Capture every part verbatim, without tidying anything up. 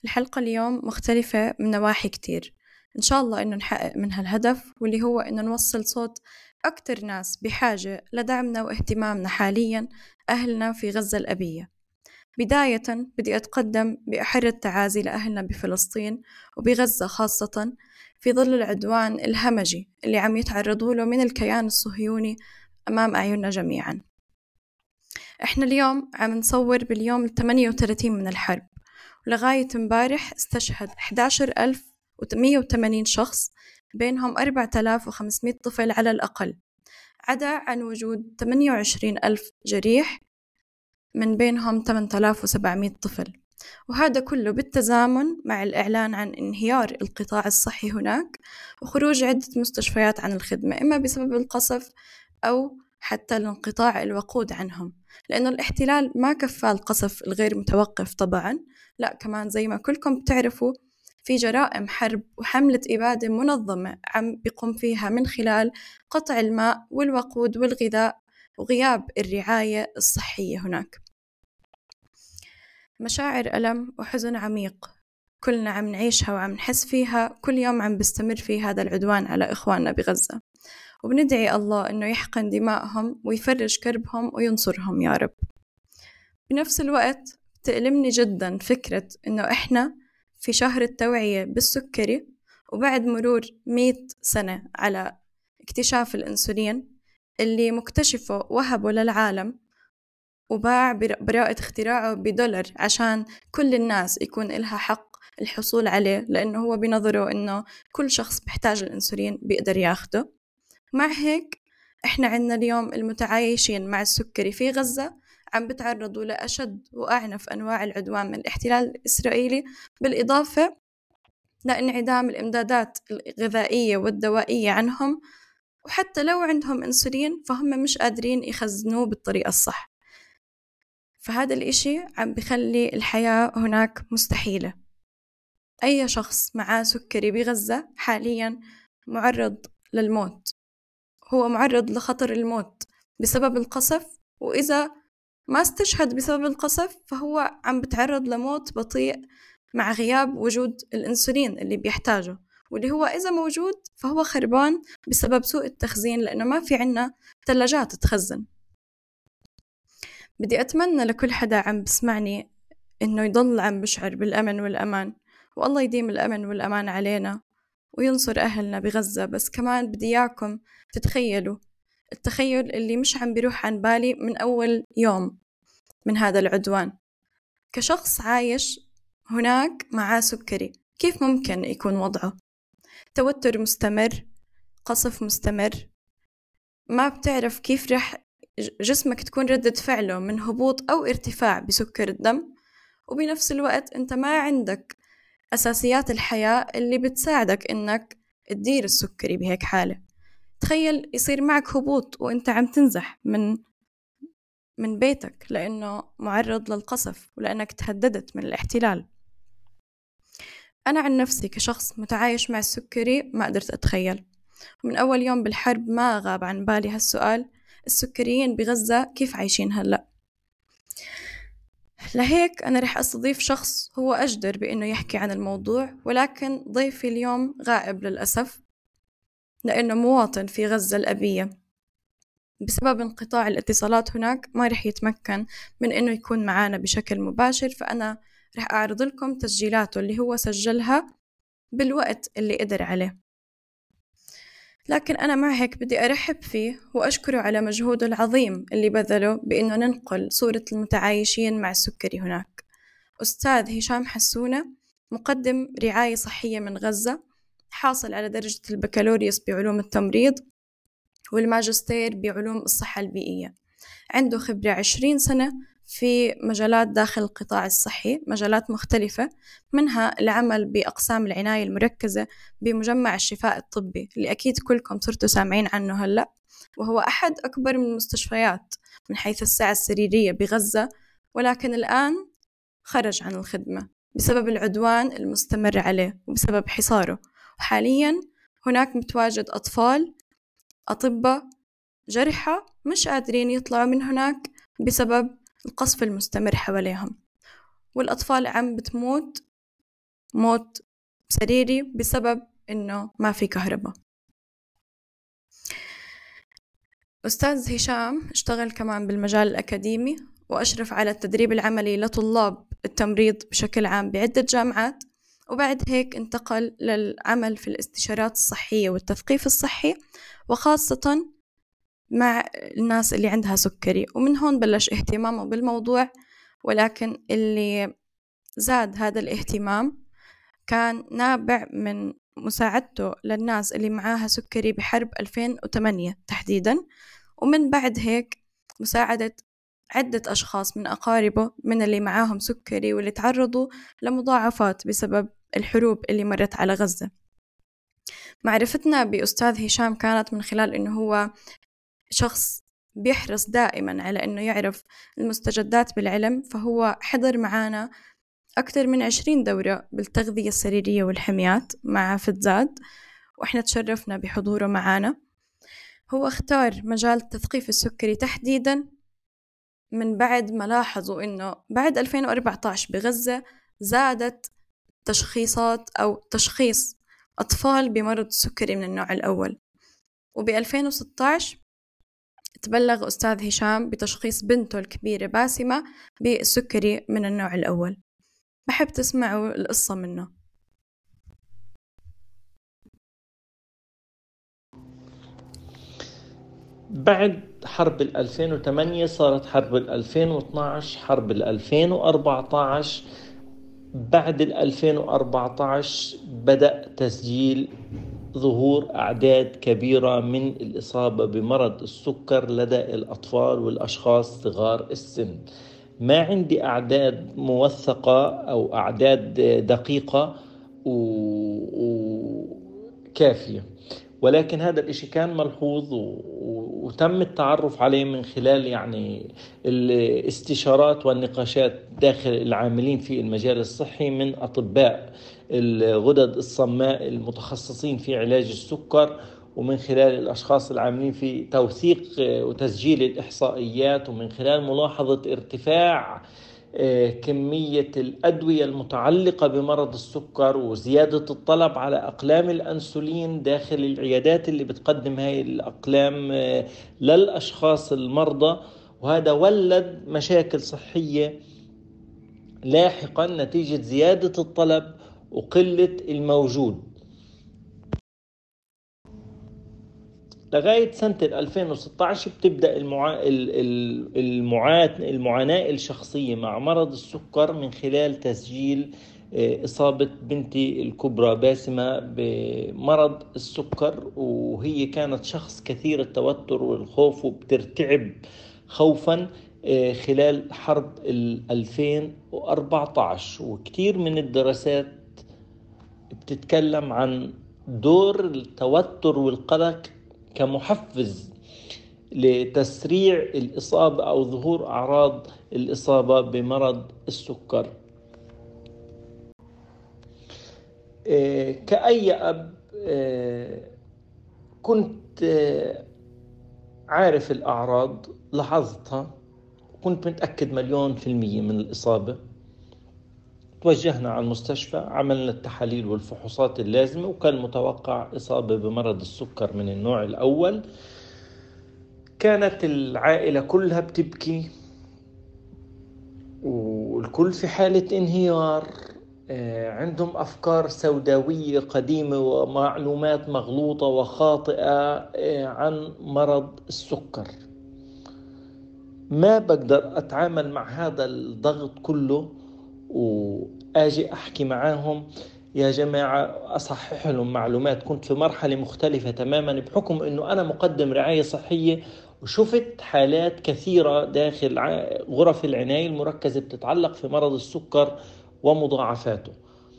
الحلقة اليوم مختلفة من نواحي كتير. إن شاء الله إنه نحقق منها الهدف، واللي هو إنه نوصل صوت أكتر ناس بحاجة لدعمنا واهتمامنا حالياً، أهلنا في غزة الأبية. بداية بدي أتقدم بأحر التعازي لأهلنا بفلسطين وبغزة خاصة، في ظل العدوان الهمجي اللي عم يتعرضوا له من الكيان الصهيوني أمام أعيننا جميعاً. إحنا اليوم عم نصور باليوم الثمانية وثلاثين من الحرب، ولغاية مبارح استشهد أحد عشر ألف ومئة وثمانين شخص، بينهم أربعة آلاف وخمسمئة طفل على الأقل، عدا عن وجود ثمانية وعشرين ألف جريح، من بينهم ثمانية آلاف وسبعمئة طفل. وهذا كله بالتزامن مع الإعلان عن انهيار القطاع الصحي هناك، وخروج عدة مستشفيات عن الخدمة، إما بسبب القصف أو حتى الانقطاع الوقود عنهم، لأنه الاحتلال ما كفى القصف الغير متوقف طبعا، لا كمان زي ما كلكم بتعرفوا في جرائم حرب وحملة إبادة منظمة عم بيقوم فيها من خلال قطع الماء والوقود والغذاء وغياب الرعاية الصحية هناك. مشاعر ألم وحزن عميق كلنا عم نعيشها وعم نحس فيها كل يوم، عم بيستمر في هذا العدوان على إخواننا بغزة، وبندعي الله إنه يحقن دمائهم ويفرج كربهم وينصرهم يا رب. بنفس الوقت تألمني جدا فكرة إنه إحنا في شهر التوعية بالسكري، وبعد مرور مئة سنة على اكتشاف الأنسولين اللي مكتشفه وهبه للعالم وباع براءة اختراعه بدولار عشان كل الناس يكون إلها حق الحصول عليه، لأنه هو بنظره إنه كل شخص بيحتاج الأنسولين بيقدر ياخده. مع هيك إحنا عنا اليوم المتعايشين مع السكري في غزة عم بتعرضوا لأشد وأعنف أنواع العدوان من الاحتلال الإسرائيلي، بالإضافة لانعدام الإمدادات الغذائية والدوائية عنهم، وحتى لو عندهم أنسولين فهم مش قادرين يخزنوه بالطريقة الصح. فهذا الإشي عم بخلي الحياة هناك مستحيلة. أي شخص معاه سكري بغزة حاليا معرض للموت، هو معرض لخطر الموت بسبب القصف، وإذا ما استشهد بسبب القصف فهو عم بتعرض لموت بطيء مع غياب وجود الأنسولين اللي بيحتاجه، واللي هو إذا موجود فهو خربان بسبب سوء التخزين، لأنه ما في عنا ثلاجات تخزن. بدي أتمنى لكل حدا عم بسمعني إنه يضل عم بشعر بالأمن والأمان، والله يديم الأمن والأمان علينا وينصر أهلنا بغزة. بس كمان بدي إياكم تتخيلوا التخيل اللي مش عم بيروح عن بالي من أول يوم من هذا العدوان، كشخص عايش هناك مع سكري، كيف ممكن يكون وضعه؟ توتر مستمر، قصف مستمر، ما بتعرف كيف رح جسمك تكون ردة فعله من هبوط أو ارتفاع بسكر الدم، وبنفس الوقت أنت ما عندك أساسيات الحياة اللي بتساعدك إنك تدير السكري بهيك حالة. تخيل يصير معك هبوط وإنت عم تنزح من من بيتك لأنه معرض للقصف ولأنك تهددت من الاحتلال. أنا عن نفسي كشخص متعايش مع السكري ما قدرت أتخيل، ومن أول يوم بالحرب ما غاب عن بالي هالسؤال: السكريين بغزة كيف عايشين هلأ؟ لهيك أنا رح أستضيف شخص هو أجدر بأنه يحكي عن الموضوع، ولكن ضيفي اليوم غائب للأسف، لأنه مواطن في غزة الأبية. بسبب انقطاع الاتصالات هناك ما رح يتمكن من أنه يكون معنا بشكل مباشر، فأنا رح أعرض لكم تسجيلاته اللي هو سجلها بالوقت اللي قدر عليه. لكن أنا مع هيك بدي أرحب فيه وأشكره على مجهوده العظيم اللي بذله بأنه ننقل صورة المتعايشين مع السكري هناك. أستاذ هشام حسونة، مقدم رعاية صحية من غزة، حاصل على درجة البكالوريوس بعلوم التمريض والماجستير بعلوم الصحة البيئية، عنده خبرة عشرين سنة في مجالات داخل القطاع الصحي، مجالات مختلفة، منها العمل بأقسام العناية المركزة بمجمع الشفاء الطبي اللي أكيد كلكم صرتوا سامعين عنه هلأ، وهو أحد أكبر من المستشفيات من حيث السعة السريرية بغزة، ولكن الآن خرج عن الخدمة بسبب العدوان المستمر عليه وبسبب حصاره. وحاليا هناك متواجد أطفال أطباء جرحى مش قادرين يطلعوا من هناك بسبب القصف المستمر حواليهم، والأطفال عم بتموت موت سريري بسبب إنه ما في كهرباء. أستاذ هشام اشتغل كمان بالمجال الأكاديمي وأشرف على التدريب العملي لطلاب التمريض بشكل عام بعدة جامعات، وبعد هيك انتقل للعمل في الاستشارات الصحية والتثقيف الصحي، وخاصة مع الناس اللي عندها سكري، ومن هون بلش اهتمامه بالموضوع. ولكن اللي زاد هذا الاهتمام كان نابع من مساعدته للناس اللي معاها سكري بحرب ألفين وثمانية تحديداً، ومن بعد هيك مساعدة عدة أشخاص من أقاربه من اللي معاهم سكري واللي تعرضوا لمضاعفات بسبب الحروب اللي مرت على غزة. معرفتنا بأستاذ هشام كانت من خلال إنه هو شخص بيحرص دائما على إنه يعرف المستجدات بالعلم، فهو حضر معانا أكثر من عشرين دورة بالتغذية السريرية والحميات مع فتزاد، وإحنا تشرفنا بحضوره معانا. هو اختار مجال التثقيف السكري تحديدا من بعد ما لاحظوا إنه بعد ألفين وأربعة عشر بغزة زادت تشخيصات أو تشخيص أطفال بمرض السكري من النوع الأول، وب2016 تبلغ أستاذ هشام بتشخيص بنته الكبيرة باسمة بالسكري من النوع الأول. بحب تسمعوا القصة منه. بعد حرب الألفين وثمانية صارت حرب الألفين واثناشر، حرب الألفين وأربعة عشر. بعد الألفين وأربعة عشر بدأ تسجيل ظهور أعداد كبيرة من الإصابة بمرض السكر لدى الأطفال والأشخاص صغار السن. ما عندي أعداد موثقة أو أعداد دقيقة وكافية، ولكن هذا الاشي كان ملحوظ و... وتم التعرف عليه من خلال يعني الاستشارات والنقاشات داخل العاملين في المجال الصحي من أطباء الغدد الصماء المتخصصين في علاج السكر، ومن خلال الأشخاص العاملين في توثيق وتسجيل الإحصائيات، ومن خلال ملاحظة ارتفاع كمية الأدوية المتعلقة بمرض السكر وزيادة الطلب على أقلام الأنسولين داخل العيادات اللي بتقدم هاي الأقلام للأشخاص المرضى. وهذا ولد مشاكل صحية لاحقا نتيجة زيادة الطلب وقلة الموجود. لغاية سنة ألفين وستة عشر بتبدأ المعا... المعا... المعاناة الشخصية مع مرض السكر من خلال تسجيل إصابة بنتي الكبرى باسمة بمرض السكر، وهي كانت شخص كثير التوتر والخوف وبترتعب خوفا خلال حرب ألفين وأربعة عشر. وكثير من الدراسات بتتكلم عن دور التوتر والقلق كمحفز لتسريع الإصابة أو ظهور أعراض الإصابة بمرض السكر. كأي أب كنت عارف الأعراض، لاحظتها، كنت متأكد مليون في المية من الإصابة. توجهنا على المستشفى، عملنا التحاليل والفحوصات اللازمة، وكان متوقع إصابة بمرض السكر من النوع الأول. كانت العائلة كلها بتبكي والكل في حالة انهيار، عندهم أفكار سوداوية قديمة ومعلومات مغلوطة وخاطئة عن مرض السكر. ما بقدر أتعامل مع هذا الضغط كله وآجي أحكي معاهم يا جماعة، أصحح لهم معلومات. كنت في مرحلة مختلفة تماما بحكم أنه أنا مقدم رعاية صحية، وشفت حالات كثيرة داخل غرف العناية المركزة بتتعلق في مرض السكر ومضاعفاته.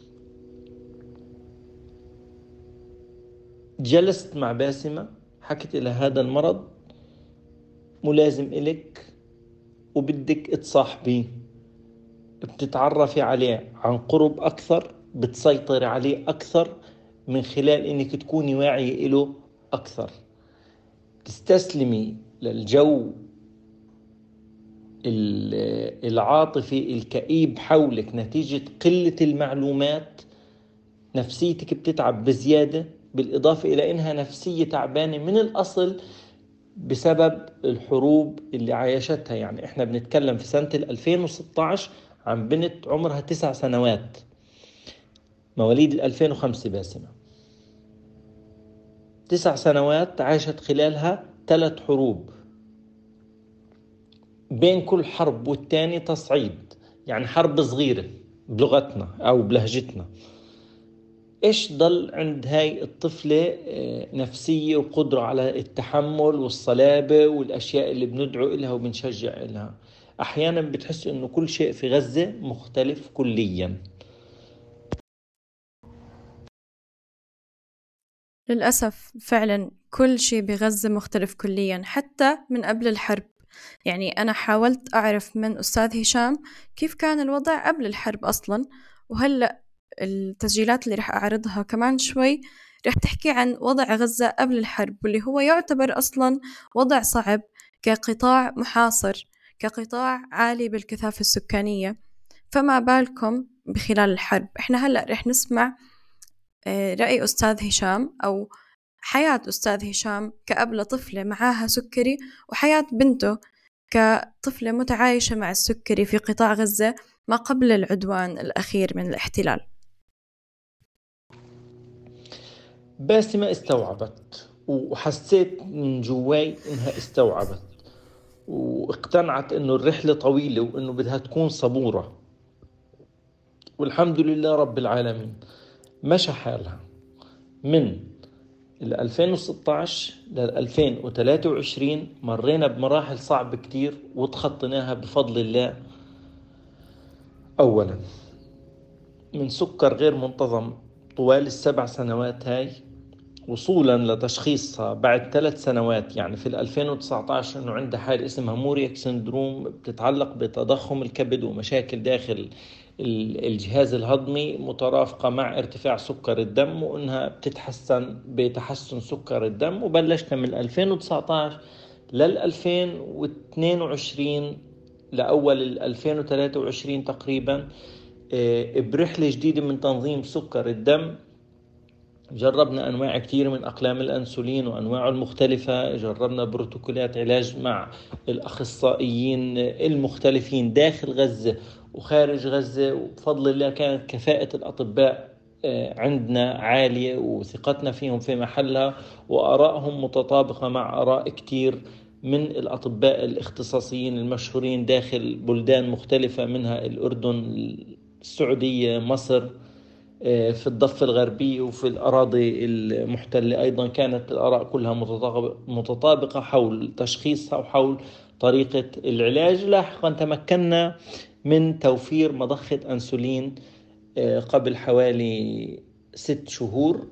جلست مع باسمة، حكيت إلى هذا المرض ملازم إلك وبدك تصاحبيه، بتتعرفي عليه عن قرب أكثر، بتسيطري عليه أكثر من خلال إنك تكوني واعية له أكثر، تستسلمي للجو العاطفي الكئيب حولك نتيجة قلة المعلومات نفسيتك بتتعب بزيادة، بالإضافة إلى إنها نفسية تعبانة من الأصل بسبب الحروب اللي عايشتها. يعني إحنا بنتكلم في سنة ألفين وستة عشر عن بنت عمرها تسع سنوات، مواليد ألفين وخمسة باسمة، تسع سنوات عاشت خلالها ثلاث حروب، بين كل حرب والتاني تصعيد، يعني حرب صغيرة بلغتنا أو بلهجتنا. إيش ضل عند هاي الطفلة نفسية وقدرة على التحمل والصلابة والأشياء اللي بندعو إلها وبنشجع إلها؟ أحيانا بتحس إنه كل شيء في غزة مختلف كليا. للأسف فعلا كل شيء بغزة مختلف كليا حتى من قبل الحرب. يعني أنا حاولت أعرف من أستاذ هشام كيف كان الوضع قبل الحرب أصلا، وهلأ التسجيلات اللي رح أعرضها كمان شوي رح تحكي عن وضع غزة قبل الحرب، واللي هو يعتبر أصلا وضع صعب كقطاع محاصر، كقطاع عالي بالكثافة السكانية، فما بالكم بخلال الحرب. إحنا هلأ رح نسمع رأي أستاذ هشام أو حياة أستاذ هشام كأب لطفلة معاها سكري، وحياة بنته كطفلة متعايشة مع السكري في قطاع غزة ما قبل العدوان الأخير من الاحتلال. باسمة استوعبت، وحسيت من جواي إنها استوعبت واقتنعت إنه الرحلة طويلة وإنه بدها تكون صبورة، والحمد لله رب العالمين مشى حالها. من ألفين وستة عشر ل ألفين وثلاثة وعشرين مرينا بمراحل صعبة كتير وتخطيناها بفضل الله. أولا من سكر غير منتظم طوال السبع سنوات هاي، وصولا لتشخيصها بعد ثلاث سنوات، يعني في ألفين وتسعة عشر انه عندها حالة اسمها موريك سندروم بتتعلق بتضخم الكبد ومشاكل داخل الجهاز الهضمي مترافقة مع ارتفاع سكر الدم، وانها بتتحسن بتحسن سكر الدم. وبلشنا من ألفين وتسعة عشر لل ألفين واثنين وعشرين لأول ألفين وثلاثة وعشرين تقريبا برحلة جديدة من تنظيم سكر الدم. جربنا أنواع كتير من أقلام الأنسولين وأنواعه المختلفة، جربنا بروتوكولات علاج مع الأخصائيين المختلفين داخل غزة وخارج غزة، وبفضل الله كانت كفاءة الأطباء عندنا عالية وثقتنا فيهم في محلها، وآرائهم متطابقة مع آراء كتير من الأطباء الاختصاصيين المشهورين داخل بلدان مختلفة، منها الأردن، السعودية، مصر، في الضفة الغربية وفي الأراضي المحتلة أيضا. كانت الآراء كلها متطابقة حول تشخيصها وحول طريقة العلاج. لاحقا تمكنا من توفير مضخة أنسولين قبل حوالي ست شهور،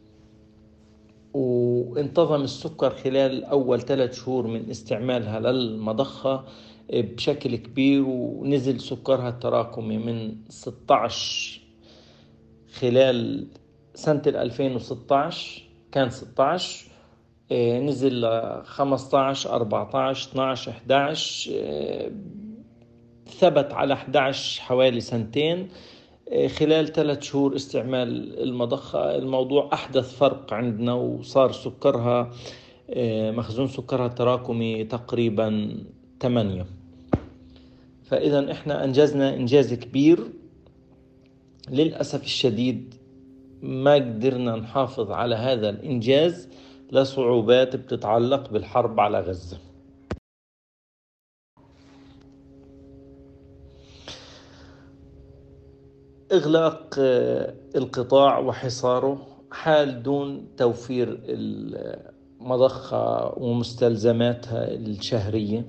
وانتظم السكر خلال أول ثلاث شهور من استعمالها للمضخة بشكل كبير، ونزل سكرها التراكمي من ستة عشر خلال سنة ألفين وستة عشر كان ستة عشر، نزل خمسة عشر أربعة عشر اثنا عشر إحدى عشر، ثبت على إحدى عشر حوالي سنتين. خلال ثلاث شهور استعمال المضخة الموضوع أحدث فرق عندنا، وصار سكرها مخزون سكرها التراكمي تقريبا ثمانية. فإذا إحنا أنجزنا إنجاز كبير. للأسف الشديد ما قدرنا نحافظ على هذا الإنجاز لصعوبات بتتعلق بالحرب على غزة. إغلاق القطاع وحصاره حال دون توفير المضخة ومستلزماتها الشهرية.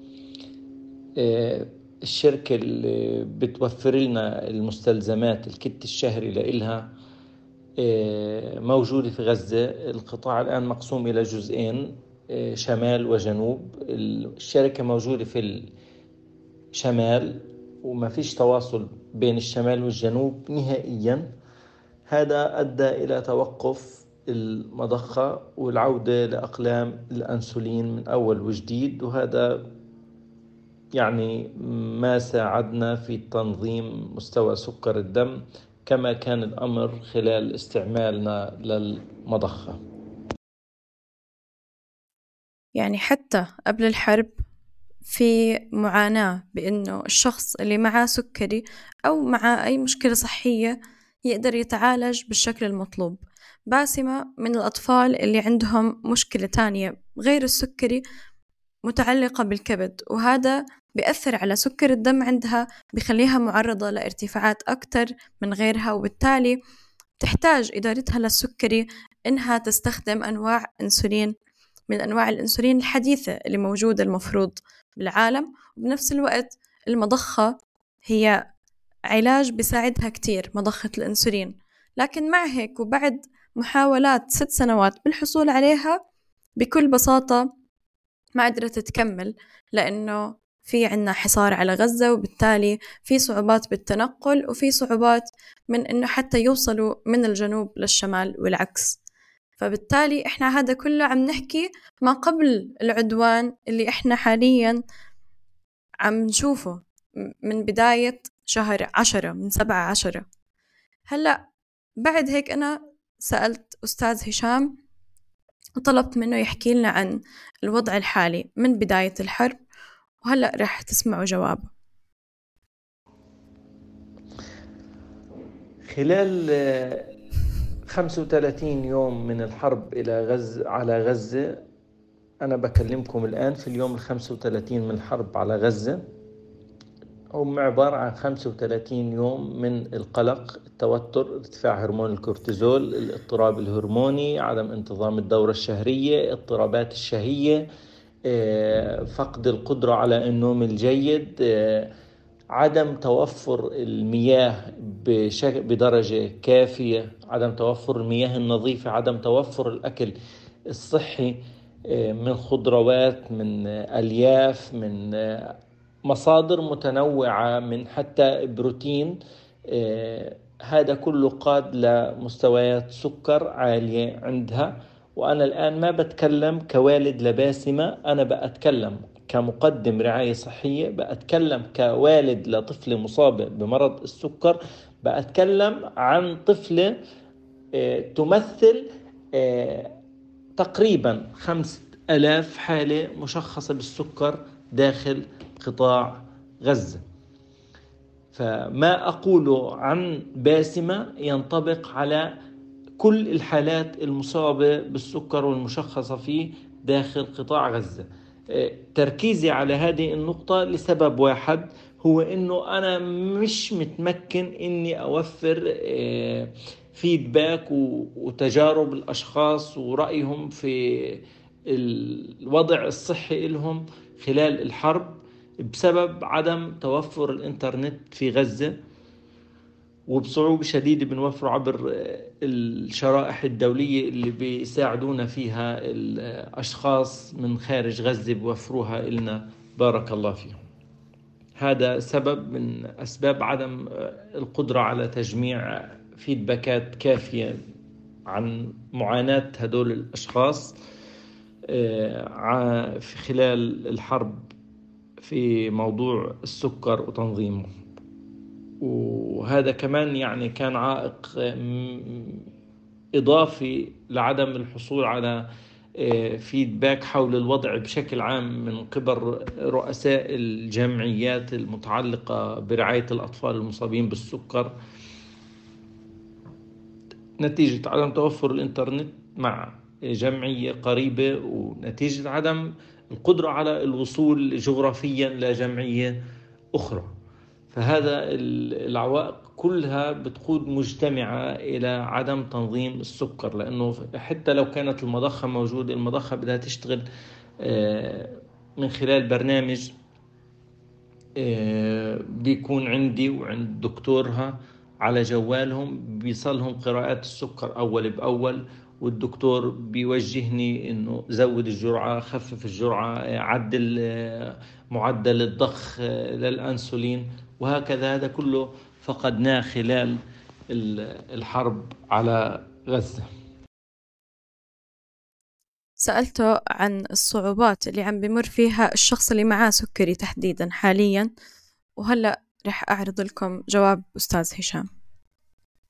الشركة اللي بتوفر لنا المستلزمات الكت الشهري لإلها موجودة في غزة. القطاع الآن مقسوم إلى جزئين، شمال وجنوب. الشركة موجودة في الشمال وما فيش تواصل بين الشمال والجنوب نهائيا. هذا أدى إلى توقف المضخة والعودة لأقلام الأنسولين من أول وجديد، وهذا يعني ما ساعدنا في تنظيم مستوى سكر الدم كما كان الأمر خلال استعمالنا للمضخة. يعني حتى قبل الحرب في معاناة بأنه الشخص اللي معاه سكري أو معاه أي مشكلة صحية يقدر يتعالج بالشكل المطلوب. باسمة من الأطفال اللي عندهم مشكلة تانية غير السكري متعلقة بالكبد، وهذا بيأثر على سكر الدم عندها، بيخليها معرضة لارتفاعات أكتر من غيرها، وبالتالي تحتاج إدارتها للسكري إنها تستخدم أنواع أنسولين من أنواع الأنسولين الحديثة اللي موجودة المفروض بالعالم. وبنفس الوقت المضخة هي علاج بيساعدها كتير، مضخة الأنسولين، لكن مع هيك وبعد محاولات ست سنوات بالحصول عليها بكل بساطة ما قدرت تكمل، لأنه في عنا حصار على غزة، وبالتالي في صعوبات بالتنقل وفي صعوبات من أنه حتى يوصلوا من الجنوب للشمال والعكس. فبالتالي إحنا هذا كله عم نحكي ما قبل العدوان اللي إحنا حاليا عم نشوفه من بداية شهر عشرة، من سبعة عشرة. هلأ بعد هيك أنا سألت أستاذ هشام وطلبت منه يحكي لنا عن الوضع الحالي من بداية الحرب، وهلأ رح تسمعوا جوابه. خلال خمسة وثلاثين يوم من الحرب إلى غزة على غزة، أنا بكلمكم الآن في اليوم الخمسة وثلاثين من الحرب على غزة، هم عبارة عن خمسة وثلاثين يوم من القلق، التوتر، ارتفاع هرمون الكورتيزول، الاضطراب الهرموني، عدم انتظام الدورة الشهرية، اضطرابات الشهية، فقد القدرة على النوم الجيد، عدم توفر المياه بدرجة كافية، عدم توفر المياه النظيفة، عدم توفر الأكل الصحي من خضروات، من ألياف، من مصادر متنوعة، من حتى بروتين. هذا كله قاد لمستويات سكر عالية عندها. وأنا الآن ما بتكلم كوالد لباسمة، أنا بأتكلم كمقدم رعاية صحية، بأتكلم كوالد لطفل مصاب بمرض السكر، بأتكلم عن طفلة تمثل تقريبا خمسة ألاف حالة مشخصة بالسكر داخل قطاع غزة. فما أقوله عن باسمة ينطبق على كل الحالات المصابة بالسكر والمشخصة فيه داخل قطاع غزة. تركيزي على هذه النقطة لسبب واحد، هو إنه أنا مش متمكن إني أوفر فيدباك وتجارب الأشخاص ورأيهم في الوضع الصحي لهم خلال الحرب بسبب عدم توفر الإنترنت في غزة، وبصعوبة شديدة بنوفره عبر الشرائح الدولية اللي بيساعدونا فيها الأشخاص من خارج غزة بوفروها إلنا، بارك الله فيهم. هذا سبب من أسباب عدم القدرة على تجميع فيدباكات كافية عن معاناة هدول الأشخاص في خلال الحرب في موضوع السكر وتنظيمه. وهذا كمان يعني كان عائق إضافي لعدم الحصول على فيدباك حول الوضع بشكل عام من قبل رؤساء الجمعيات المتعلقة برعاية الأطفال المصابين بالسكر، نتيجة عدم توفر الإنترنت مع جمعية قريبة، ونتيجة عدم القدرة على الوصول جغرافيا لجمعية أخرى. فهذا العوائق كلها بتقود مجتمعة إلى عدم تنظيم السكر، لأنه حتى لو كانت المضخة موجودة، المضخة بدها تشتغل من خلال برنامج بيكون عندي وعند دكتورها على جوالهم، بيصلهم قراءات السكر أول بأول، والدكتور بيوجهني إنه زود الجرعة، خفف الجرعة، عدل معدل الضخ للأنسولين، وهكذا. هذا كله فقدناه خلال الحرب على غزة. سألته عن الصعوبات اللي عم بمر فيها الشخص اللي معاه سكري تحديدا حاليا، وهلأ رح أعرض لكم جواب أستاذ هشام.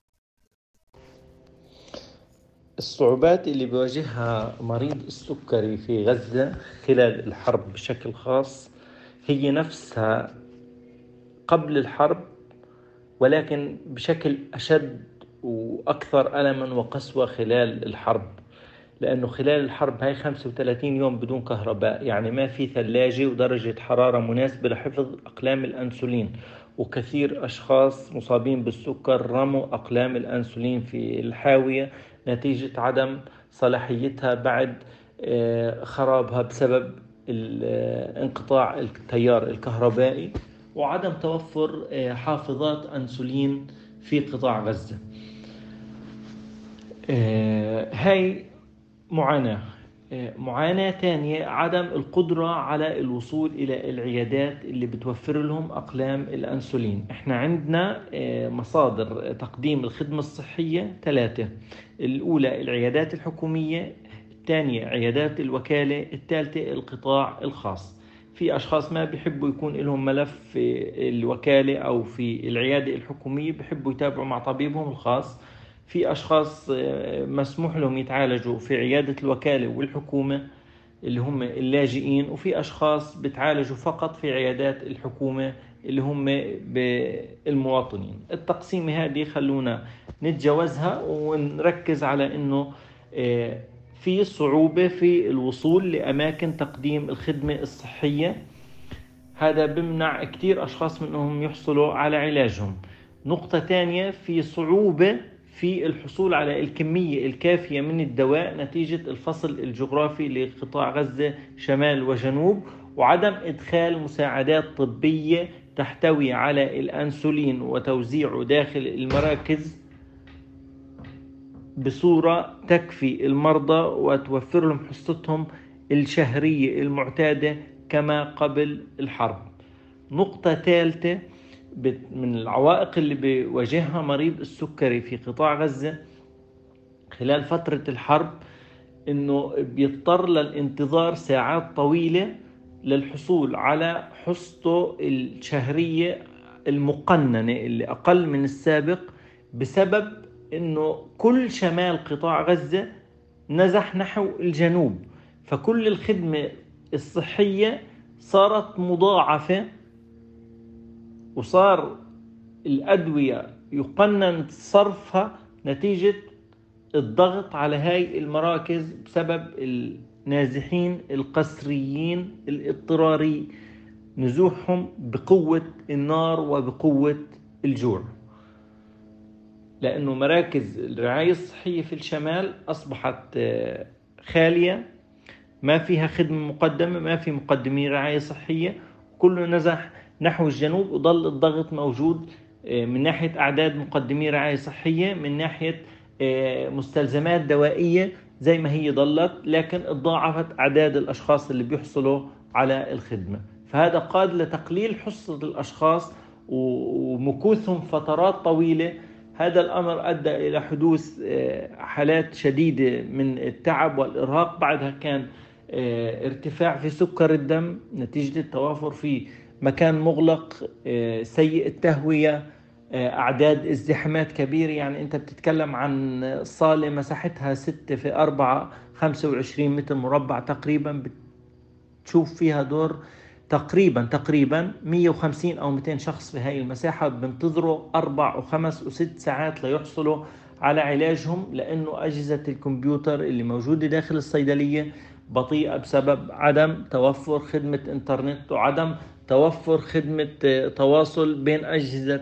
الصعوبات اللي بيواجهها مريض السكري في غزة خلال الحرب بشكل خاص هي نفسها قبل الحرب، ولكن بشكل أشد وأكثر ألماً وقسوة خلال الحرب. لأنه خلال الحرب هاي خمسة وثلاثين يوم بدون كهرباء، يعني ما في ثلاجة ودرجة حرارة مناسبة لحفظ أقلام الأنسولين، وكثير أشخاص مصابين بالسكر رموا أقلام الأنسولين في الحاوية نتيجة عدم صلاحيتها بعد خرابها بسبب انقطاع التيار الكهربائي وعدم توفر حافظات أنسولين في قطاع غزة. هاي معاناة. معاناة تانية عدم القدرة على الوصول إلى العيادات اللي بتوفر لهم أقلام الأنسولين. احنا عندنا مصادر تقديم الخدمة الصحية ثلاثة: الأولى العيادات الحكومية، الثانية عيادات الوكالة، الثالثة القطاع الخاص. في أشخاص ما بيحبوا يكون لهم ملف في الوكالة أو في العيادة الحكومية، بيحبوا يتابعوا مع طبيبهم الخاص. في أشخاص مسموح لهم يتعالجوا في عيادة الوكالة والحكومة اللي هم اللاجئين، وفي أشخاص بتعالجوا فقط في عيادات الحكومة اللي هم بالمواطنين. التقسيمة هذه خلونا نتجاوزها ونركز على أنه في صعوبة في الوصول لأماكن تقديم الخدمة الصحية. هذا بمنع كتير أشخاص منهم يحصلوا على علاجهم. نقطة تانية، في صعوبة في الحصول على الكمية الكافية من الدواء نتيجة الفصل الجغرافي لقطاع غزة شمال وجنوب، وعدم إدخال مساعدات طبية تحتوي على الأنسولين وتوزيعه داخل المراكز بصورة تكفي المرضى وتوفر لهم حصتهم الشهرية المعتادة كما قبل الحرب. نقطة ثالثة من العوائق اللي بيواجهها مريض السكري في قطاع غزة خلال فترة الحرب إنه بيضطر للانتظار ساعات طويلة للحصول على حصته الشهرية المقننة اللي أقل من السابق، بسبب إنه كل شمال قطاع غزة نزح نحو الجنوب، فكل الخدمة الصحية صارت مضاعفة، وصار الأدوية يقنن صرفها نتيجة الضغط على هاي المراكز بسبب النازحين القسريين الاضطراري، نزوحهم بقوة النار وبقوة الجوع. لأنه مراكز الرعاية الصحية في الشمال أصبحت خالية، ما فيها خدمة مقدمة، ما في مقدمين رعاية صحية، كله نزح نحو الجنوب، وظل الضغط موجود من ناحية أعداد مقدمي رعاية صحية، من ناحية مستلزمات دوائية زي ما هي ظلت، لكن اتضاعفت أعداد الأشخاص اللي بيحصلوا على الخدمة. فهذا قاد لتقليل حصة الأشخاص ومكوثهم فترات طويلة. هذا الأمر أدى إلى حدوث حالات شديدة من التعب والإرهاق. بعدها كان ارتفاع في سكر الدم نتيجة التوافر في مكان مغلق سيء التهوية، أعداد ازدحامات كبيرة. يعني أنت بتتكلم عن صالة مساحتها ستة في أربعة خمسة وعشرين متر مربع تقريبا، بتشوف فيها دور تقريبا تقريبا مية وخمسين أو مئتين شخص في هاي المساحة، بنتظروا أربع وخمس وست ساعات ليحصلوا على علاجهم، لأنه أجهزة الكمبيوتر اللي موجودة داخل الصيدلية بطيئة بسبب عدم توفر خدمة إنترنت وعدم توفر خدمة تواصل بين أجهزة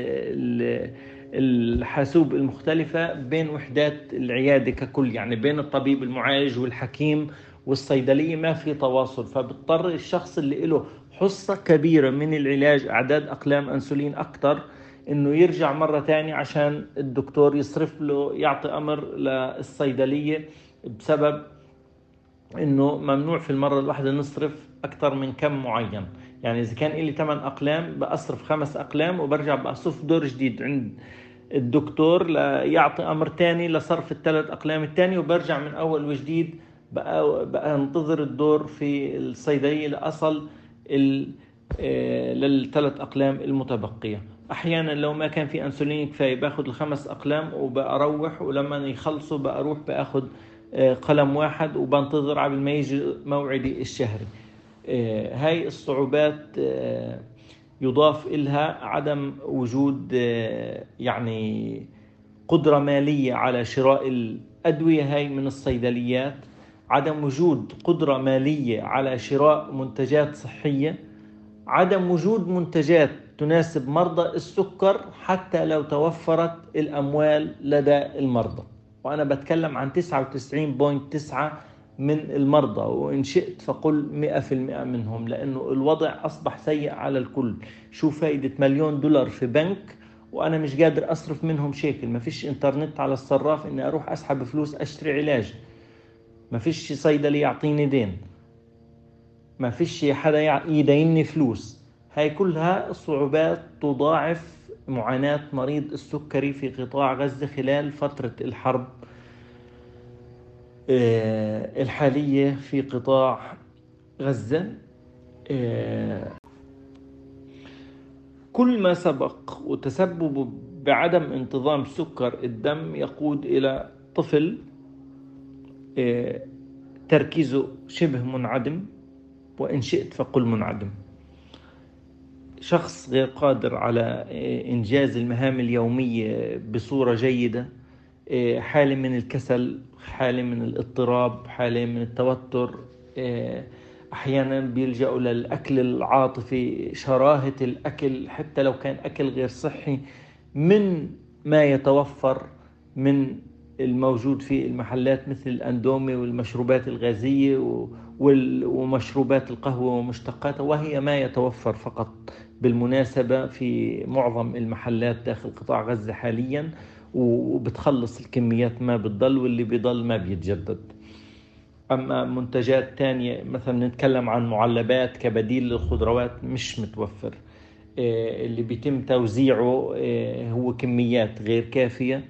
الحاسوب المختلفة بين وحدات العيادة ككل، يعني بين الطبيب المعالج والحكيم والصيدلية ما في تواصل. فبضطر الشخص اللي له حصة كبيرة من العلاج، أعداد أقلام أنسولين أكتر، إنه يرجع مرة تانية عشان الدكتور يصرف له، يعطي أمر للصيدلية بسبب إنه ممنوع في المرة الواحدة نصرف أكتر من كم معين. يعني إذا كان إلي ثمان أقلام بأصرف خمس أقلام وبرجع بأصرف دور جديد عند الدكتور ليعطي أمر تاني لصرف الثلاث أقلام التاني، وبرجع من أول وجديد بقى, بقى انتظر الدور في الصيدلية لأصل للثلاث أقلام المتبقية. أحيانا لو ما كان في أنسولين كفاية باخد الخمس أقلام وبأروح، ولما يخلصوا بأروح بأخد قلم واحد وبنتظر قبل ما يجي موعدي الشهري. هاي الصعوبات يضاف إلها عدم وجود يعني قدرة مالية على شراء الأدوية هاي من الصيدليات، عدم وجود قدرة مالية على شراء منتجات صحية، عدم وجود منتجات تناسب مرضى السكر حتى لو توفرت الأموال لدى المرضى. وأنا بتكلم عن تسعة وتسعين فاصلة تسعة من المرضى، وإن شئت فقل مئة في المئة منهم، لأنه الوضع أصبح سيء على الكل. شو فايدة مليون دولار في بنك وأنا مش قادر أصرف منهم شيكل؟ ما فيش إنترنت على الصراف إني أروح أسحب فلوس أشتري علاج، ما فيش صيدلي يعطيني دين، ما فيش حدا يديني فلوس. هاي كلها صعوبات تضاعف معاناة مريض السكري في قطاع غزة خلال فترة الحرب الحالية في قطاع غزة. كل ما سبق وتسبب بعدم انتظام سكر الدم يقود إلى طفل تركيزه شبه منعدم، وإن شئت فقل منعدم، شخص غير قادر على إنجاز المهام اليومية بصورة جيدة، حالة من الكسل، حالة من الاضطراب، حالة من التوتر، أحيانا بيلجأوا للأكل العاطفي، شراهة الأكل حتى لو كان أكل غير صحي من ما يتوفر من الموجود في المحلات مثل الأندومي والمشروبات الغازية ومشروبات القهوة ومشتقاتها، وهي ما يتوفر فقط بالمناسبة في معظم المحلات داخل قطاع غزة حاليا، وبتخلص الكميات ما بتضل، واللي بيضل ما بيتجدد. أما منتجات تانية مثلا نتكلم عن معلبات كبديل للخضروات مش متوفر، اللي بيتم توزيعه هو كميات غير كافية،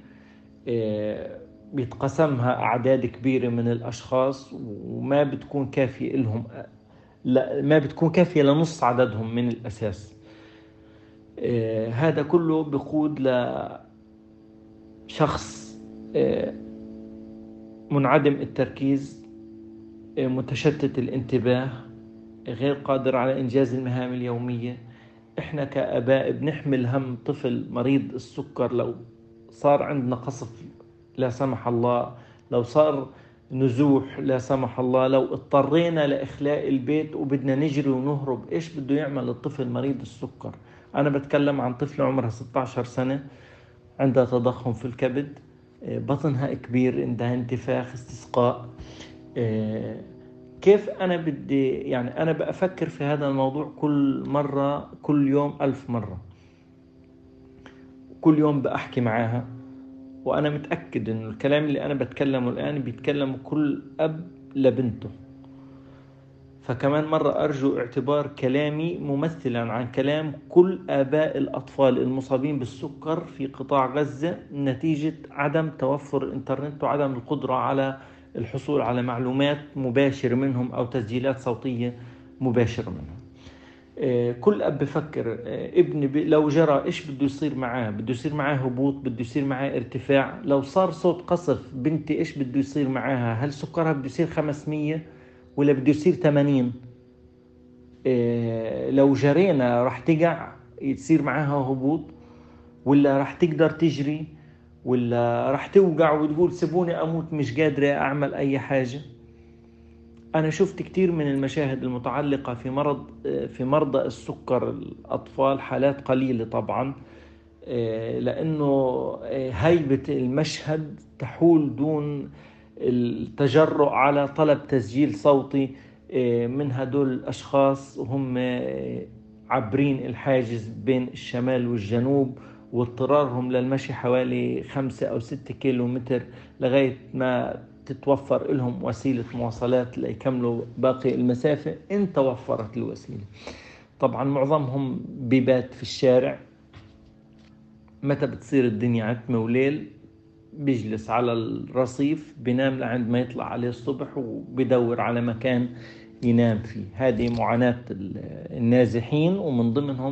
بيتقسمها أعداد كبيرة من الأشخاص وما بتكون كافية لهم، لا ما بتكون كافية لنص عددهم من الأساس. هذا كله بيقود لشخص منعدم التركيز، متشتت الانتباه، غير قادر على إنجاز المهام اليومية. إحنا كآباء بنحمل هم طفل مريض السكر لو صار عندنا قصف لا سمح الله، لو صار نزوح لا سمح الله، لو اضطرينا لإخلاء البيت وبدنا نجري ونهرب، إيش بده يعمل الطفل مريض السكر؟ أنا بتكلم عن طفلة عمرها ستة عشر سنة، عندها تضخم في الكبد، بطنها كبير، عندها انتفاخ، استسقاء. كيف أنا بدي يعني أنا بأفكر في هذا الموضوع كل مرة، كل يوم ألف مرة، كل يوم بأحكي معاها، وأنا متأكد إنه الكلام اللي أنا بتكلمه الآن بيتكلم كل أب لبنته. فكمان مرة أرجو اعتبار كلامي ممثلا عن كلام كل آباء الأطفال المصابين بالسكر في قطاع غزة نتيجة عدم توفر الإنترنت وعدم القدرة على الحصول على معلومات مباشرة منهم أو تسجيلات صوتية مباشرة منهم. كل أب بفكر ابني لو جرى إيش بده يصير معاه؟ بده يصير معاه هبوط، بده يصير معاه ارتفاع. لو صار صوت قصف بنتي إيش بده يصير معاها؟ هل سكرها بده يصير خمسمية ولا بده يصير ثمانين؟ لو جرينا راح تقع يصير معاها هبوط، ولا راح تقدر تجري، ولا راح توقع وتقول سيبوني أموت مش قادرة أعمل أي حاجة؟ أنا شفت كتير من المشاهد المتعلقة في مرض في مرضى السكر الأطفال، حالات قليلة طبعا، لأنه هيبة المشهد تحول دون التجرؤ على طلب تسجيل صوتي من هدول الأشخاص وهم عبرين الحاجز بين الشمال والجنوب، واضطرارهم للمشي حوالي خمسة أو ستة كيلو متر لغاية ما تتوفر لهم وسيلة مواصلات ليكملوا باقي المسافة إن توفرت الوسيلة. طبعا معظمهم بيبات في الشارع، متى بتصير الدنيا عتمة وليل بيجلس على الرصيف بينام لعند ما يطلع عليه الصبح وبيدور على مكان ينام فيه. هذه معاناة النازحين، ومن ضمنهم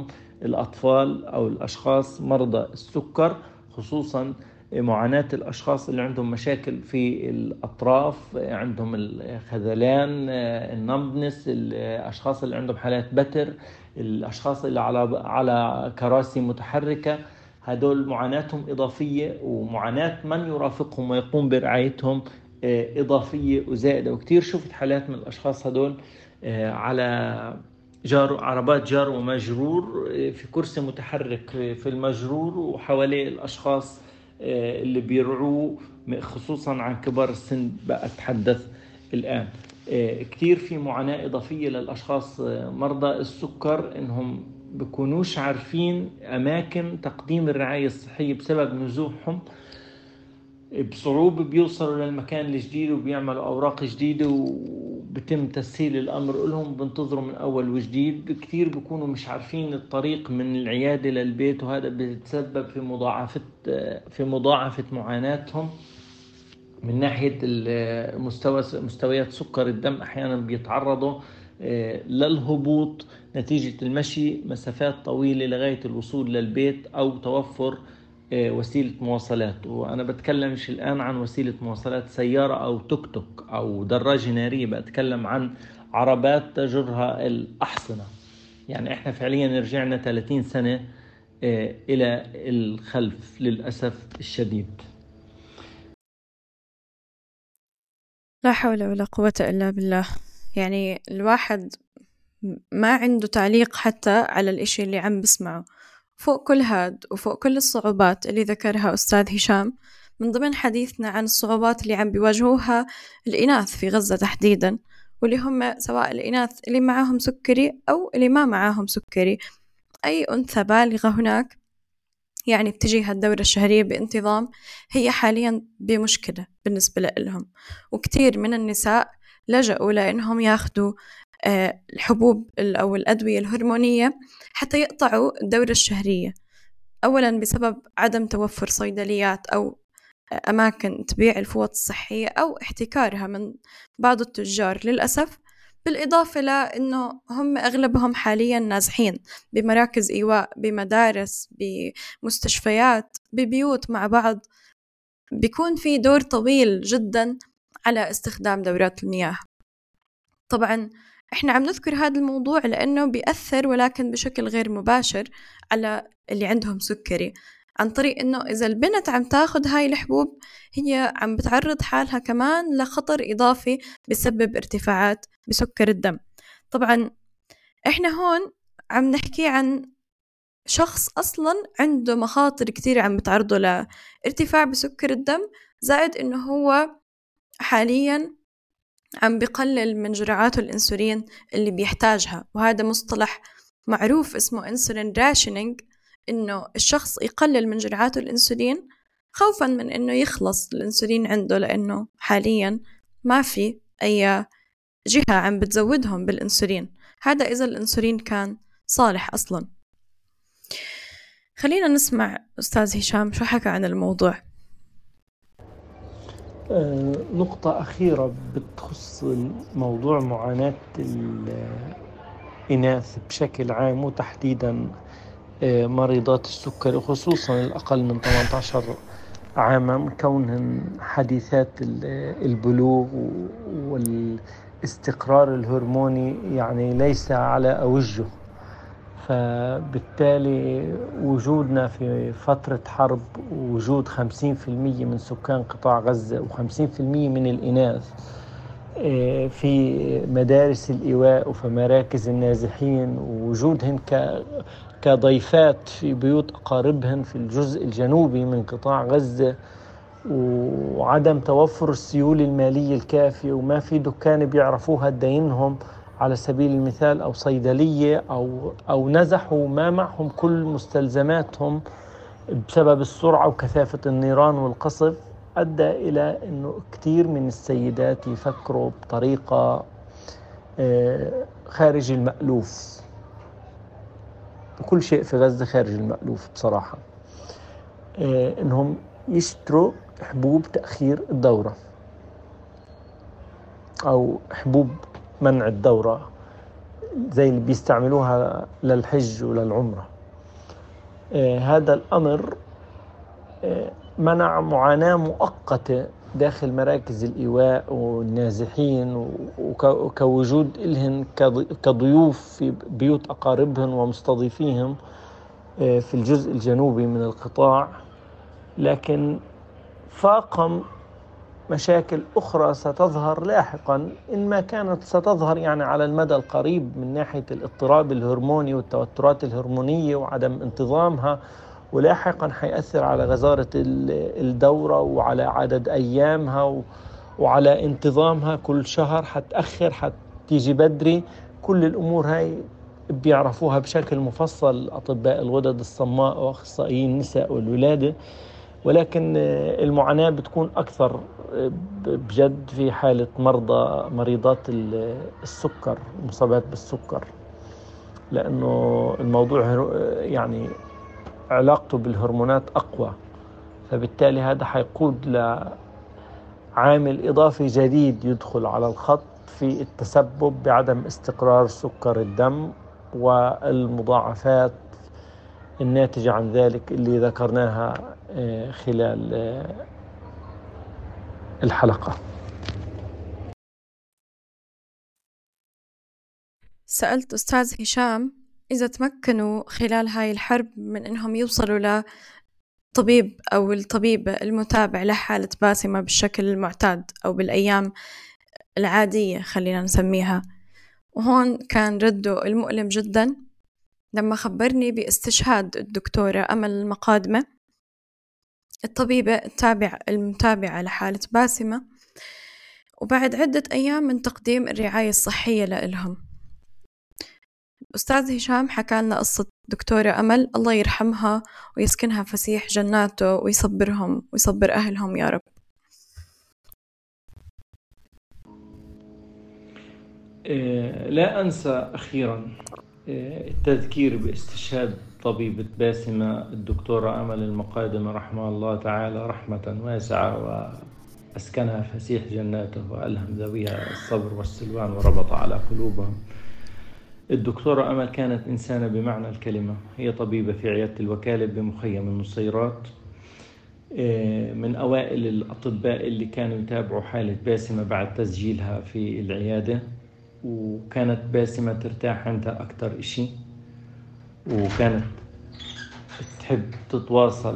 الأطفال أو الأشخاص مرضى السكر، خصوصا معاناة الأشخاص اللي عندهم مشاكل في الأطراف، عندهم الخذلان، النمبنس، الأشخاص اللي عندهم حالات بتر، الأشخاص اللي على على كراسي متحركة. هدول معاناتهم إضافية، ومعاناة من يرافقهم ويقوم برعايتهم إضافية وزائدة. وكتير شفت حالات من الأشخاص هدول على جار عربات جار ومجرور، في كرسي متحرك في المجرور، وحواليه الأشخاص اللي بيرعوه، خصوصا عن كبار السن بقى أتحدث الآن. كتير في معاناة إضافية للأشخاص مرضى السكر، إنهم بيكونوش عارفين أماكن تقديم الرعاية الصحية بسبب نزوحهم، بصعوبة بيوصلوا للمكان الجديد وبيعملوا أوراق جديدة وبتم تسهيل الأمر لهم، بنتظروا من أول وجديد. كتير بيكونوا مش عارفين الطريق من العيادة للبيت، وهذا بيتسبب في مضاعفة في مضاعفة معاناتهم من ناحية المستوى مستويات سكر الدم. أحيانا بيتعرضوا للهبوط نتيجة المشي مسافات طويلة لغاية الوصول للبيت أو توفر وسيلة مواصلات. وأنا بتكلمش الآن عن وسيلة مواصلات سيارة أو توك توك أو دراجة نارية، بتكلم عن عربات تجرها الأحصنة. يعني إحنا فعليا رجعنا ثلاثين سنة إلى الخلف للأسف الشديد. لا حول ولا قوة إلا بالله. يعني الواحد ما عنده تعليق حتى على الإشي اللي عم بسمعه. فوق كل هاد وفوق كل الصعوبات اللي ذكرها أستاذ هشام، من ضمن حديثنا عن الصعوبات اللي عم بيواجهوها الإناث في غزة تحديدا، واللي هم سواء الإناث اللي معاهم سكري أو اللي ما معاهم سكري، أي أنثى بالغة هناك يعني بتجيها الدورة الشهرية بانتظام، هي حاليا بمشكلة بالنسبة لهم. وكتير من النساء لجأوا لأنهم ياخدوا الحبوب أو الأدوية الهرمونية حتى يقطعوا الدورة الشهرية، أولا بسبب عدم توفر صيدليات أو أماكن تبيع الفوط الصحية أو احتكارها من بعض التجار للأسف، بالإضافة لأنه هم أغلبهم حاليا نازحين بمراكز إيواء، بمدارس، بمستشفيات، ببيوت مع بعض، بيكون في دور طويل جدا على استخدام دورات المياه. طبعا إحنا عم نذكر هذا الموضوع لأنه بيأثر ولكن بشكل غير مباشر على اللي عندهم سكري، عن طريق إنه إذا البنت عم تاخد هاي الحبوب هي عم بتعرض حالها كمان لخطر إضافي بسبب ارتفاعات بسكر الدم. طبعا إحنا هون عم نحكي عن شخص أصلا عنده مخاطر كتير عم بتعرضه لارتفاع بسكر الدم، زائد إنه هو حاليا عم بقلل من جرعات الأنسولين اللي بيحتاجها، وهذا مصطلح معروف اسمه insulin rationing، إنه الشخص يقلل من جرعات الأنسولين خوفا من إنه يخلص الأنسولين عنده، لأنه حاليا ما في أي جهة عم بتزودهم بالأنسولين، هذا إذا الأنسولين كان صالح أصلا. خلينا نسمع أستاذ هشام شو حكى عن الموضوع. نقطة أخيرة بتخص موضوع معاناة الإناث بشكل عام، وتحديدا مريضات السكري، خصوصا الأقل من ثمانية عشر عاما، كونهن حديثات البلوغ والاستقرار الهرموني يعني ليس على أوجه. فبالتالي وجودنا في فترة حرب، ووجود خمسين بالمئة من سكان قطاع غزة وخمسين بالمئة من الإناث في مدارس الإيواء وفي مراكز النازحين، ووجودهن كضيفات في بيوت أقاربهن في الجزء الجنوبي من قطاع غزة، وعدم توفر السيولة المالية الكافية، وما في دكان بيعرفوها دينهم على سبيل المثال أو صيدلية، أو أو نزحوا ما معهم كل مستلزماتهم بسبب السرعة وكثافة النيران والقصف، أدى إلى أنه كثير من السيدات يفكروا بطريقة خارج المألوف. وكل شيء في غزة خارج المألوف بصراحة، أنهم يشتروا حبوب تأخير الدورة أو حبوب منع الدورة زي اللي بيستعملوها للحج وللعمرة. هذا الأمر منع معاناة مؤقتة داخل مراكز الإيواء والنازحين، وكوجود إلهن كضيوف في بيوت أقاربهم ومستضيفيهم في الجزء الجنوبي من القطاع، لكن فاقم مشاكل أخرى ستظهر لاحقا، إن ما كانت ستظهر يعني على المدى القريب، من ناحية الاضطراب الهرموني والتوترات الهرمونية وعدم انتظامها، ولاحقا حيأثر على غزارة الدورة وعلى عدد أيامها وعلى انتظامها كل شهر، حتأخر حتيجي بدري. كل الأمور هاي بيعرفوها بشكل مفصل أطباء الغدد الصماء وأخصائيين النساء والولادة، ولكن المعاناة بتكون أكثر بجد في حالة مرضى مريضات السكر، مصابات بالسكر، لأنه الموضوع يعني علاقته بالهرمونات أقوى، فبالتالي هذا حيقود لعامل إضافي جديد يدخل على الخط في التسبب بعدم استقرار سكر الدم والمضاعفات الناتجة عن ذلك اللي ذكرناها خلال الحلقة. سألت أستاذ هشام إذا تمكنوا خلال هاي الحرب من إنهم يوصلوا لطبيب أو الطبيب المتابع لحالة باسمة بالشكل المعتاد أو بالأيام العادية خلينا نسميها، وهون كان رده المؤلم جدا لما خبرني باستشهاد الدكتورة أمل المقادمة، الطبيبة التابع المتابعة لحالة باسمة، وبعد عدة أيام من تقديم الرعاية الصحية لإلهم. أستاذ هشام حكى لنا قصة دكتورة أمل، الله يرحمها ويسكنها فسيح جناته ويصبرهم ويصبر أهلهم يا رب. لا أنسى أخيرا التذكير باستشهاد طبيبة باسمة الدكتورة أمل المقادمة رحمه الله تعالى رحمة واسعة، وأسكنها فسيح جناته وألهم ذويها الصبر والسلوان وربط على قلوبهم. الدكتورة أمل كانت إنسانة بمعنى الكلمة، هي طبيبة في عيادة الوكالة بمخيم النصيرات، من أوائل الأطباء اللي كانوا يتابعوا حالة باسمة بعد تسجيلها في العيادة، وكانت باسمة ترتاح عندها أكتر إشي، وكانت تحب تتواصل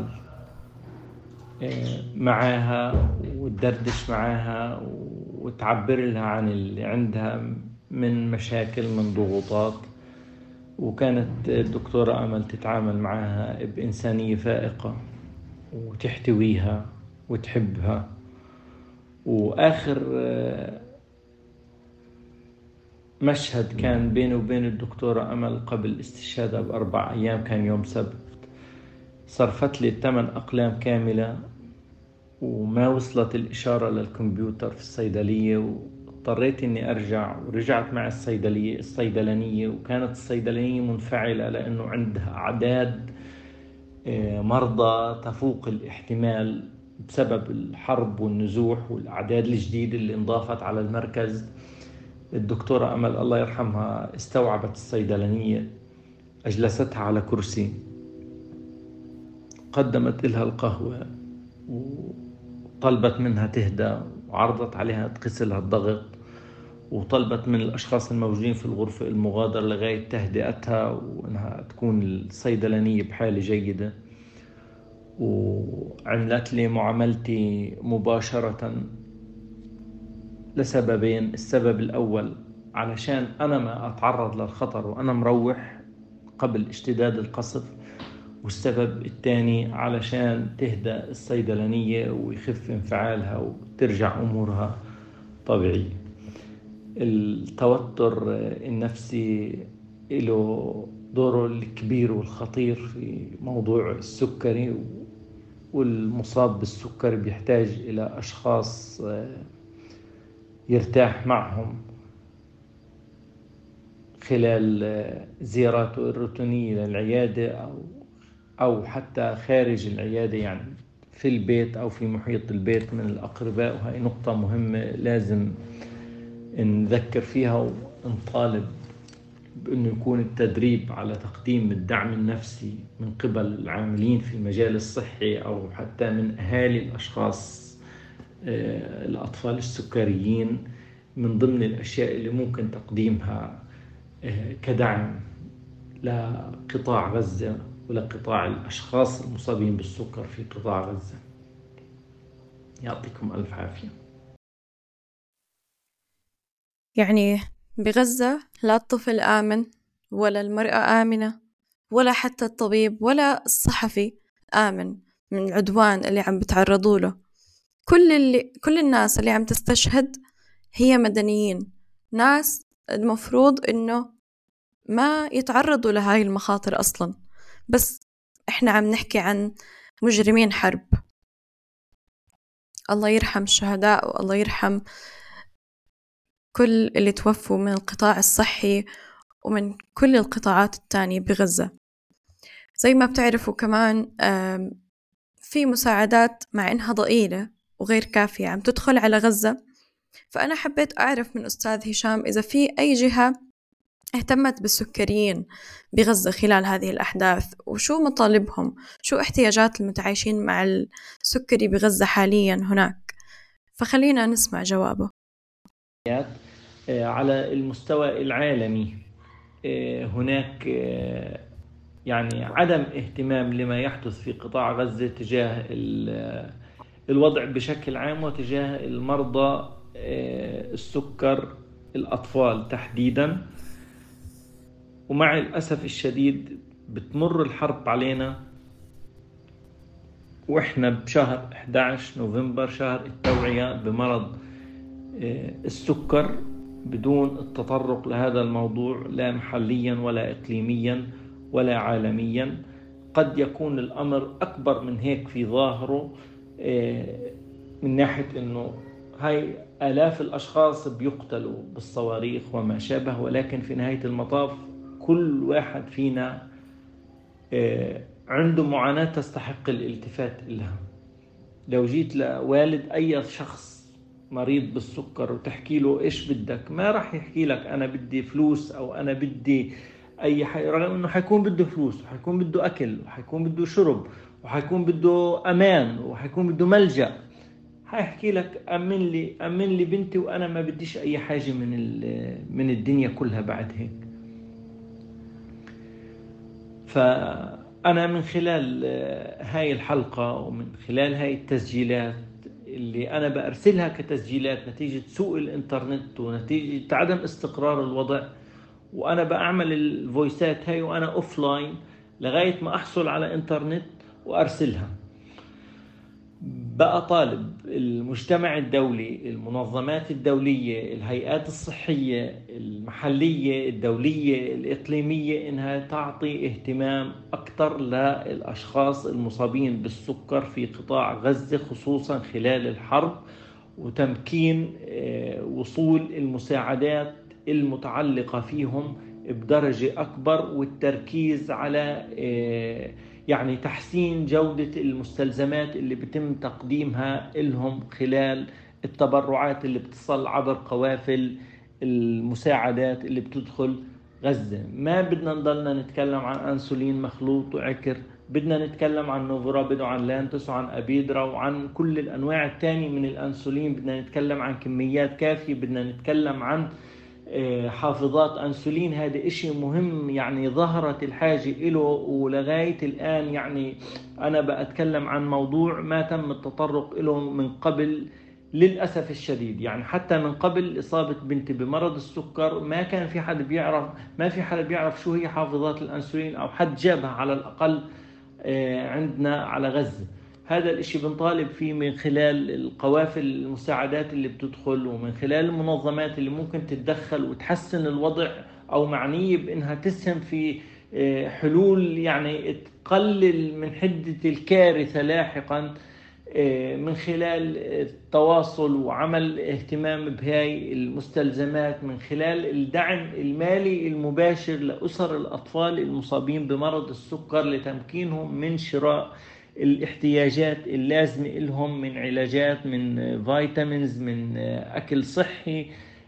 معاها وتدردش معاها وتعبر لها عن اللي عندها من مشاكل من ضغوطات، وكانت الدكتورة أمل تتعامل معاها بإنسانية فائقة وتحتويها وتحبها. وآخر مشهد كان بيني وبين الدكتورة أمل قبل استشهادها بأربع أيام كان يوم سبت، صرفت لي ثمان أقلام كاملة وما وصلت الإشارة للكمبيوتر في الصيدلية، واضطريت إني أرجع، ورجعت مع الصيدلية الصيدلانية وكانت الصيدلانية منفعلة لأنه عندها أعداد مرضى تفوق الاحتمال بسبب الحرب والنزوح والأعداد الجديدة اللي انضافت على المركز. الدكتورة أمل الله يرحمها استوعبت الصيدلانية، أجلستها على كرسي، قدمت لها القهوة وطلبت منها تهدى، وعرضت عليها تقيسلها الضغط، وطلبت من الأشخاص الموجودين في الغرفة المغادرة لغاية تهدئتها وأنها تكون الصيدلانية بحالة جيدة. وعملت لي معاملتي مباشرة لسببين: السبب الأول علشان أنا ما أتعرض للخطر وأنا مروح قبل اشتداد القصف، والسبب الثاني علشان تهدى الصيدلانية ويخف انفعالها وترجع أمورها طبيعية. التوتر النفسي له دوره الكبير والخطير في موضوع السكري، والمصاب بالسكري بيحتاج إلى أشخاص يرتاح معهم خلال زياراته الروتينية للعيادة أو أو حتى خارج العيادة، يعني في البيت أو في محيط البيت من الأقرباء. وهي نقطة مهمة لازم نذكر فيها ونطالب بأنه يكون التدريب على تقديم الدعم النفسي من قبل العاملين في المجال الصحي أو حتى من أهالي الأشخاص الأطفال السكريين من ضمن الأشياء اللي ممكن تقديمها كدعم لقطاع غزة ولقطاع الأشخاص المصابين بالسكر في قطاع غزة. يعطيكم ألف عافية. يعني بغزة لا الطفل آمن ولا المرأة آمنة ولا حتى الطبيب ولا الصحفي آمن من العدوان اللي عم بتعرضوا له. كل اللي كل الناس اللي عم تستشهد هي مدنيين، ناس المفروض إنه ما يتعرضوا لهاي المخاطر أصلا، بس إحنا عم نحكي عن مجرمين حرب. الله يرحم الشهداء والله يرحم كل اللي توفوا من القطاع الصحي ومن كل القطاعات التانية بغزة. زي ما بتعرفوا كمان في مساعدات مع إنها ضئيلة وغير كافية عم تدخل على غزة. فأنا حبيت أعرف من أستاذ هشام إذا في أي جهة اهتمت بالسكريين بغزة خلال هذه الأحداث، وشو مطالبهم، شو احتياجات المتعايشين مع السكري بغزة حاليا هناك. فخلينا نسمع جوابه. على المستوى العالمي هناك يعني عدم اهتمام لما يحدث في قطاع غزة تجاه الوضع بشكل عام وتجاه المرضى السكر الأطفال تحديدا. ومع الأسف الشديد بتمر الحرب علينا وإحنا بشهر إحدى عشر نوفمبر، شهر التوعية بمرض السكر، بدون التطرق لهذا الموضوع لا محليا ولا إقليميا ولا عالميا. قد يكون الأمر أكبر من هيك في ظاهره، من ناحية أنه هاي آلاف الأشخاص بيقتلوا بالصواريخ وما شابه، ولكن في نهاية المطاف كل واحد فينا عنده معاناة تستحق الالتفات لها. لو جيت لوالد أي شخص مريض بالسكر وتحكي له إيش بدك، ما راح يحكي لك أنا بدي فلوس أو أنا بدي أي حاجة، رغم أنه حيكون بده فلوس وحيكون بده أكل وحيكون بده شرب وحيكون بده أمان وحيكون بده ملجأ. حيحكي لك أمن لي أمن لي بنتي وأنا ما بديش أي حاجة من من الدنيا كلها بعد هيك. فأنا من خلال هاي الحلقة ومن خلال هاي التسجيلات اللي أنا بأرسلها كتسجيلات نتيجة سوء الإنترنت ونتيجة عدم استقرار الوضع، وأنا بعمل الفويسات هاي وأنا أوفلاين لغاية ما أحصل على إنترنت وأرسلها. بقى طالب المجتمع الدولي، المنظمات الدولية، الهيئات الصحية المحلية الدولية الإقليمية إنها تعطي اهتمام أكثر للأشخاص المصابين بالسكر في قطاع غزة خصوصا خلال الحرب، وتمكين وصول المساعدات المتعلقة فيهم بدرجة أكبر، والتركيز على يعني تحسين جودة المستلزمات اللي بتم تقديمها لهم خلال التبرعات اللي بتصل عبر قوافل المساعدات اللي بتدخل غزة. ما بدنا نضلنا نتكلم عن أنسولين مخلوط وعكر، بدنا نتكلم عن نوفورابيد وعن لانتوس وعن أبيدرا وعن كل الأنواع التانية من الأنسولين. بدنا نتكلم عن كميات كافية، بدنا نتكلم عن حافظات أنسولين. هذا إشي مهم يعني ظهرت الحاجة إله، ولغاية الآن يعني أنا بأتكلم عن موضوع ما تم التطرق إله من قبل للأسف الشديد. يعني حتى من قبل إصابة بنتي بمرض السكر ما كان في حد بيعرف ما في حد بيعرف شو هي حافظات الأنسولين أو حد جابها على الأقل عندنا على غزة. هذا الاشي بنطالب فيه من خلال القوافل المساعدات اللي بتدخل ومن خلال المنظمات اللي ممكن تتدخل وتحسن الوضع او معنية بانها تسهم في حلول يعني تقلل من حدة الكارثة لاحقا، من خلال التواصل وعمل اهتمام بهاي المستلزمات، من خلال الدعم المالي المباشر لأسر الأطفال المصابين بمرض السكر لتمكينهم من شراء الاحتياجات اللازمة لهم من علاجات، من فيتامينز، من أكل صحي،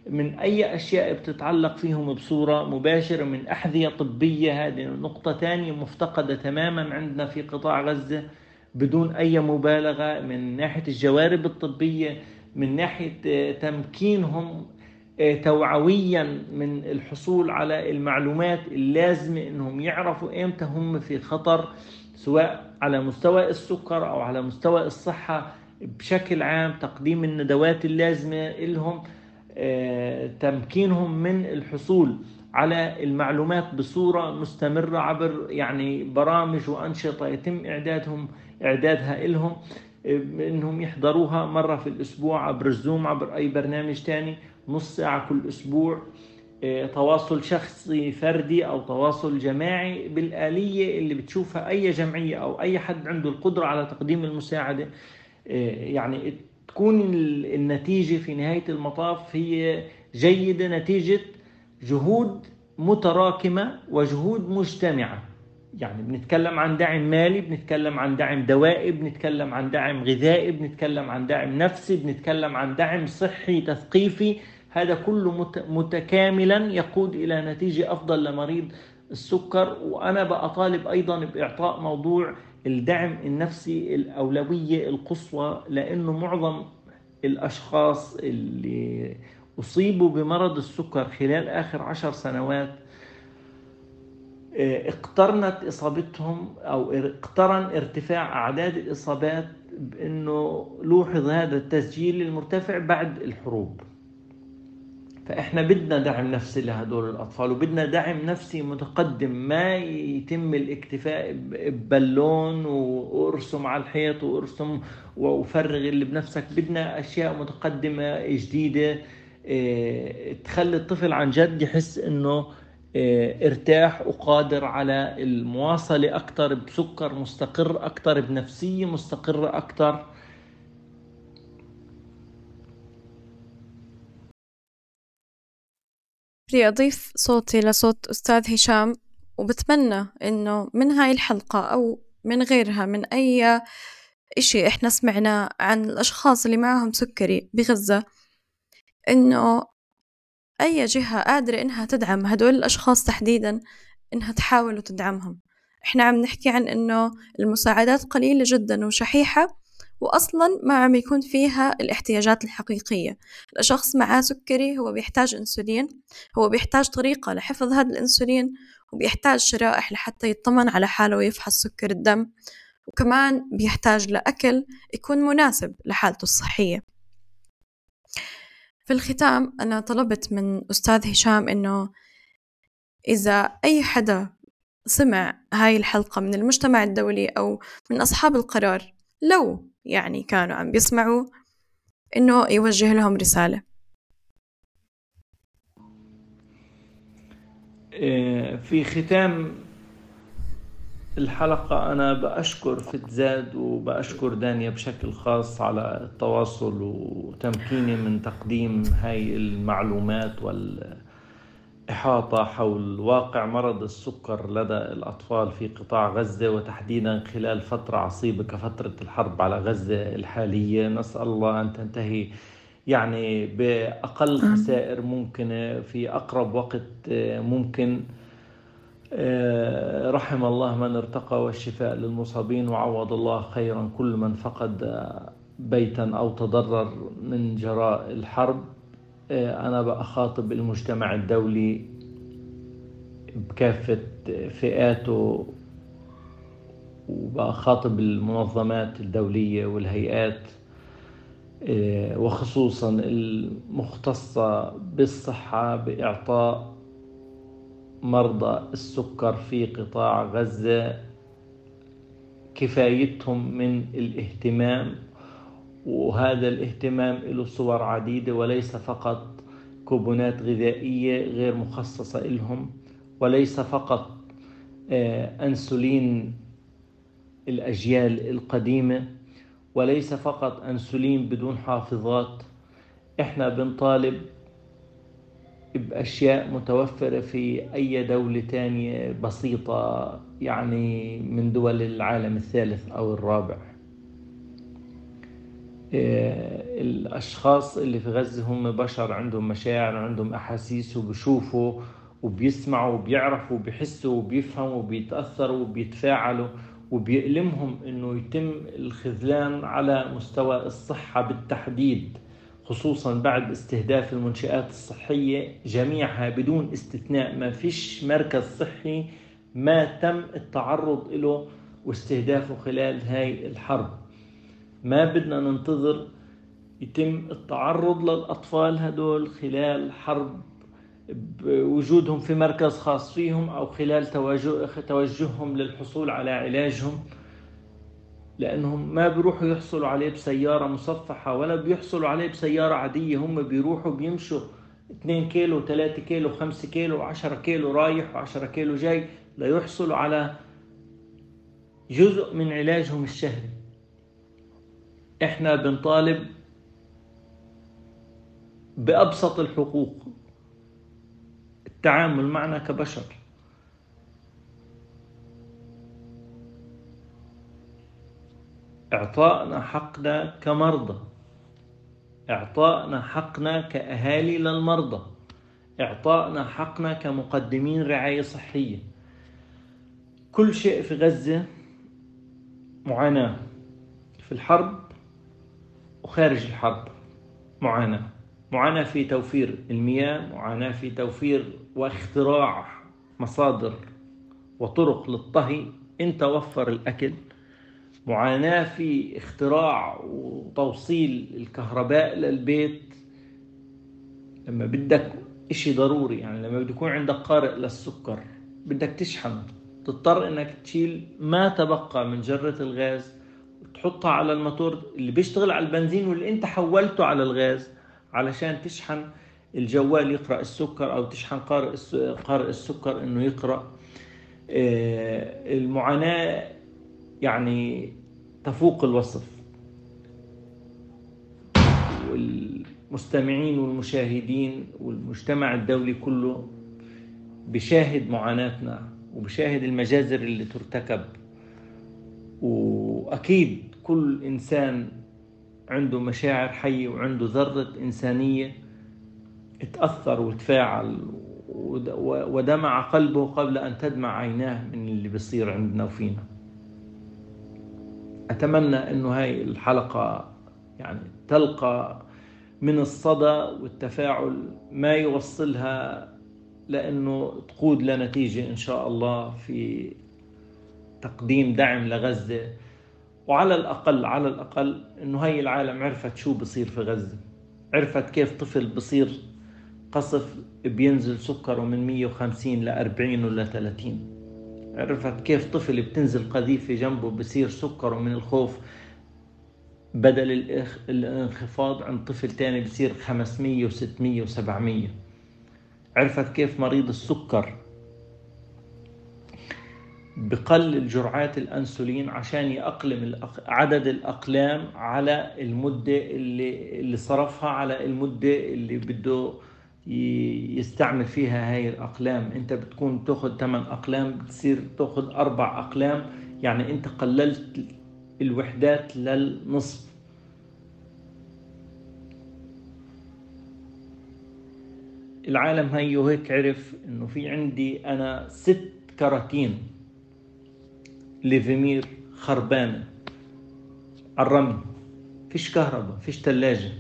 من أي أشياء بتتعلق فيهم بصورة مباشرة، من أحذية طبية. هذه نقطة تانية مفتقدة تماما عندنا في قطاع غزة بدون أي مبالغة، من ناحية الجوارب الطبية، من ناحية تمكينهم توعويا من الحصول على المعلومات اللازمة إنهم يعرفوا إمتى هم في خطر، سواء على مستوى السكر أو على مستوى الصحة بشكل عام، تقديم الندوات اللازمة لهم، تمكينهم من الحصول على المعلومات بصورة مستمرة عبر يعني برامج وأنشطة يتم إعدادهم إعدادها لهم، إنهم يحضروها مرة في الأسبوع عبر الزوم، عبر أي برنامج تاني، نص ساعة كل أسبوع، تواصل شخصي فردي أو تواصل جماعي بالآلية اللي بتشوفها أي جمعية أو أي حد عنده القدرة على تقديم المساعدة. يعني تكون النتيجة في نهاية المطاف هي جيدة، نتيجة جهود متراكمة وجهود مجتمعة. يعني بنتكلم عن دعم مالي، بنتكلم عن دعم دوائي، بنتكلم عن دعم غذائي، بنتكلم عن دعم نفسي، بنتكلم عن دعم صحي تثقيفي. هذا كله متكاملا يقود إلى نتيجة أفضل لمريض السكر. وأنا بأطالب أيضا بإعطاء موضوع الدعم النفسي الأولوية القصوى، لأنه معظم الأشخاص اللي أصيبوا بمرض السكر خلال آخر عشر سنوات اقترنت إصابتهم أو اقترن ارتفاع أعداد الإصابات بأنه لوحظ هذا التسجيل المرتفع بعد الحروب. فإحنا بدنا دعم نفسي لهدول الأطفال، وبدنا دعم نفسي متقدم، ما يتم الاكتفاء ببالون وارسم على الحيط وارسم وفرغ اللي بنفسك. بدنا أشياء متقدمة جديدة تخلي الطفل عن جد يحس إنه ارتاح وقادر على المواصلة أكتر، بسكر مستقر أكتر، بنفسية مستقرة أكتر. بدي أضيف صوتي لصوت أستاذ هشام، وبتمنى إنه من هاي الحلقة أو من غيرها، من أي إشي إحنا سمعناه عن الأشخاص اللي معهم سكري بغزة، إنه أي جهة قادرة إنها تدعم هدول الأشخاص تحديداً إنها تحاول وتدعمهم. إحنا عم نحكي عن إنه المساعدات قليلة جداً وشحيحة، وأصلاً ما عم يكون فيها الاحتياجات الحقيقية. الشخص معاه سكري هو بيحتاج أنسولين، هو بيحتاج طريقة لحفظ هذا الأنسولين، وبيحتاج شرائح لحتى يطمن على حاله ويفحص سكر الدم، وكمان بيحتاج لأكل يكون مناسب لحالته الصحية. في الختام أنا طلبت من أستاذ هشام إنه إذا أي حدا سمع هاي الحلقة من المجتمع الدولي أو من أصحاب القرار، لو يعني كانوا عم بيسمعوا، إنه يوجه لهم رسالة. في ختام الحلقة أنا بأشكر فتزاد وبأشكر دانيا بشكل خاص على التواصل وتمكيني من تقديم هاي المعلومات والإحاطة حول واقع مرض السكر لدى الأطفال في قطاع غزة، وتحديدا خلال فترة عصيبة كفترة الحرب على غزة الحالية. نسأل الله أن تنتهي يعني بأقل خسائر ممكنة في أقرب وقت ممكن. رحم الله من ارتقى، والشفاء للمصابين، وعوض الله خيرا كل من فقد بيتا أو تضرر من جراء الحرب. أنا بأخاطب المجتمع الدولي بكافة فئاته، وبأخاطب المنظمات الدولية والهيئات، وخصوصا المختصة بالصحة، بإعطاء مرضى السكر في قطاع غزة كفايتهم من الاهتمام. وهذا الاهتمام له صور عديدة، وليس فقط كوبونات غذائية غير مخصصة لهم، وليس فقط أنسولين الأجيال القديمة، وليس فقط أنسولين بدون حافظات. احنا بنطالب بأشياء متوفرة في أي دولة تانية بسيطة، يعني من دول العالم الثالث أو الرابع. الأشخاص اللي في غزة هم بشر عندهم مشاعر وعندهم أحاسيس وبيشوفوا وبيسمعوا وبيعرفوا وبيحسوا وبيفهموا وبيتأثروا وبيتفاعلوا، وبيؤلمهم إنه يتم الخذلان على مستوى الصحة بالتحديد، خصوصا بعد استهداف المنشآت الصحية جميعها بدون استثناء. ما فيش مركز صحي ما تم التعرض له واستهدافه خلال هاي الحرب. ما بدنا ننتظر يتم التعرض للأطفال هدول خلال حرب بوجودهم في مركز خاص فيهم أو خلال توجه توجههم للحصول على علاجهم، لأنهم ما بيروحوا يحصلوا عليه بسيارة مصفحة ولا بيحصلوا عليه بسيارة عادية. هم بيروحوا بيمشوا اثنين كيلو ثلاثة كيلو خمسة كيلو عشرة كيلو رايح وعشرة كيلو جاي ليحصلوا على جزء من علاجهم الشهري. احنا بنطالب بأبسط الحقوق، التعامل معنا كبشر. إعطائنا حقنا كمرضى، إعطائنا حقنا كأهالي للمرضى، إعطائنا حقنا كمقدمين رعاية صحية. كل شيء في غزة معاناة، في الحرب وخارج الحرب معاناة. معاناة في توفير المياه، معاناة في توفير واختراع مصادر وطرق للطهي انت وفر الأكل، معاناة في اختراع وتوصيل الكهرباء للبيت لما بدك اشي ضروري. يعني لما بده يكون عندك قارئ للسكر بدك تشحن، تضطر انك تشيل ما تبقى من جرة الغاز وتحطها على الموتور اللي بيشتغل على البنزين واللي انت حولته على الغاز علشان تشحن الجوال يقرأ السكر او تشحن قارئ قارئ السكر انه يقرأ. المعاناة يعني تفوق الوصف، والمستمعين والمشاهدين والمجتمع الدولي كله بشاهد معاناتنا وبشاهد المجازر اللي ترتكب. وأكيد كل إنسان عنده مشاعر حية وعنده ذرة إنسانية اتأثر وتفاعل ودمع قلبه قبل أن تدمع عيناه من اللي بيصير عندنا وفينا. أتمنى أنه هاي الحلقة يعني تلقى من الصدى والتفاعل ما يوصلها لأنه تقود لنتيجة إن شاء الله في تقديم دعم لغزة. وعلى الأقل على الأقل أنه هاي العالم عرفت شو بصير في غزة، عرفت كيف طفل بصير قصف بينزل سكره من مية وخمسين لأربعين ولا ثلاثين، عرفت كيف طفل بتنزل قذيفة جنبه بصير سكره من الخوف بدل الانخفاض عند طفل تاني بصير خمسمية وستمية وسبعمية. عرفت كيف مريض السكر بقلل جرعات الأنسولين عشان يأقلم عدد الأقلام على المدة اللي, اللي صرفها على المدة اللي بده يستعمل فيها هاي الأقلام. انت بتكون تأخذ ثمان أقلام بتصير تأخذ أربع أقلام، يعني انت قللت الوحدات للنصف. العالم هيو هيك عرف انه في عندي انا ست كراتين ليفيمير خربانة على الرمي، فيش كهرباء فيش ثلاجة.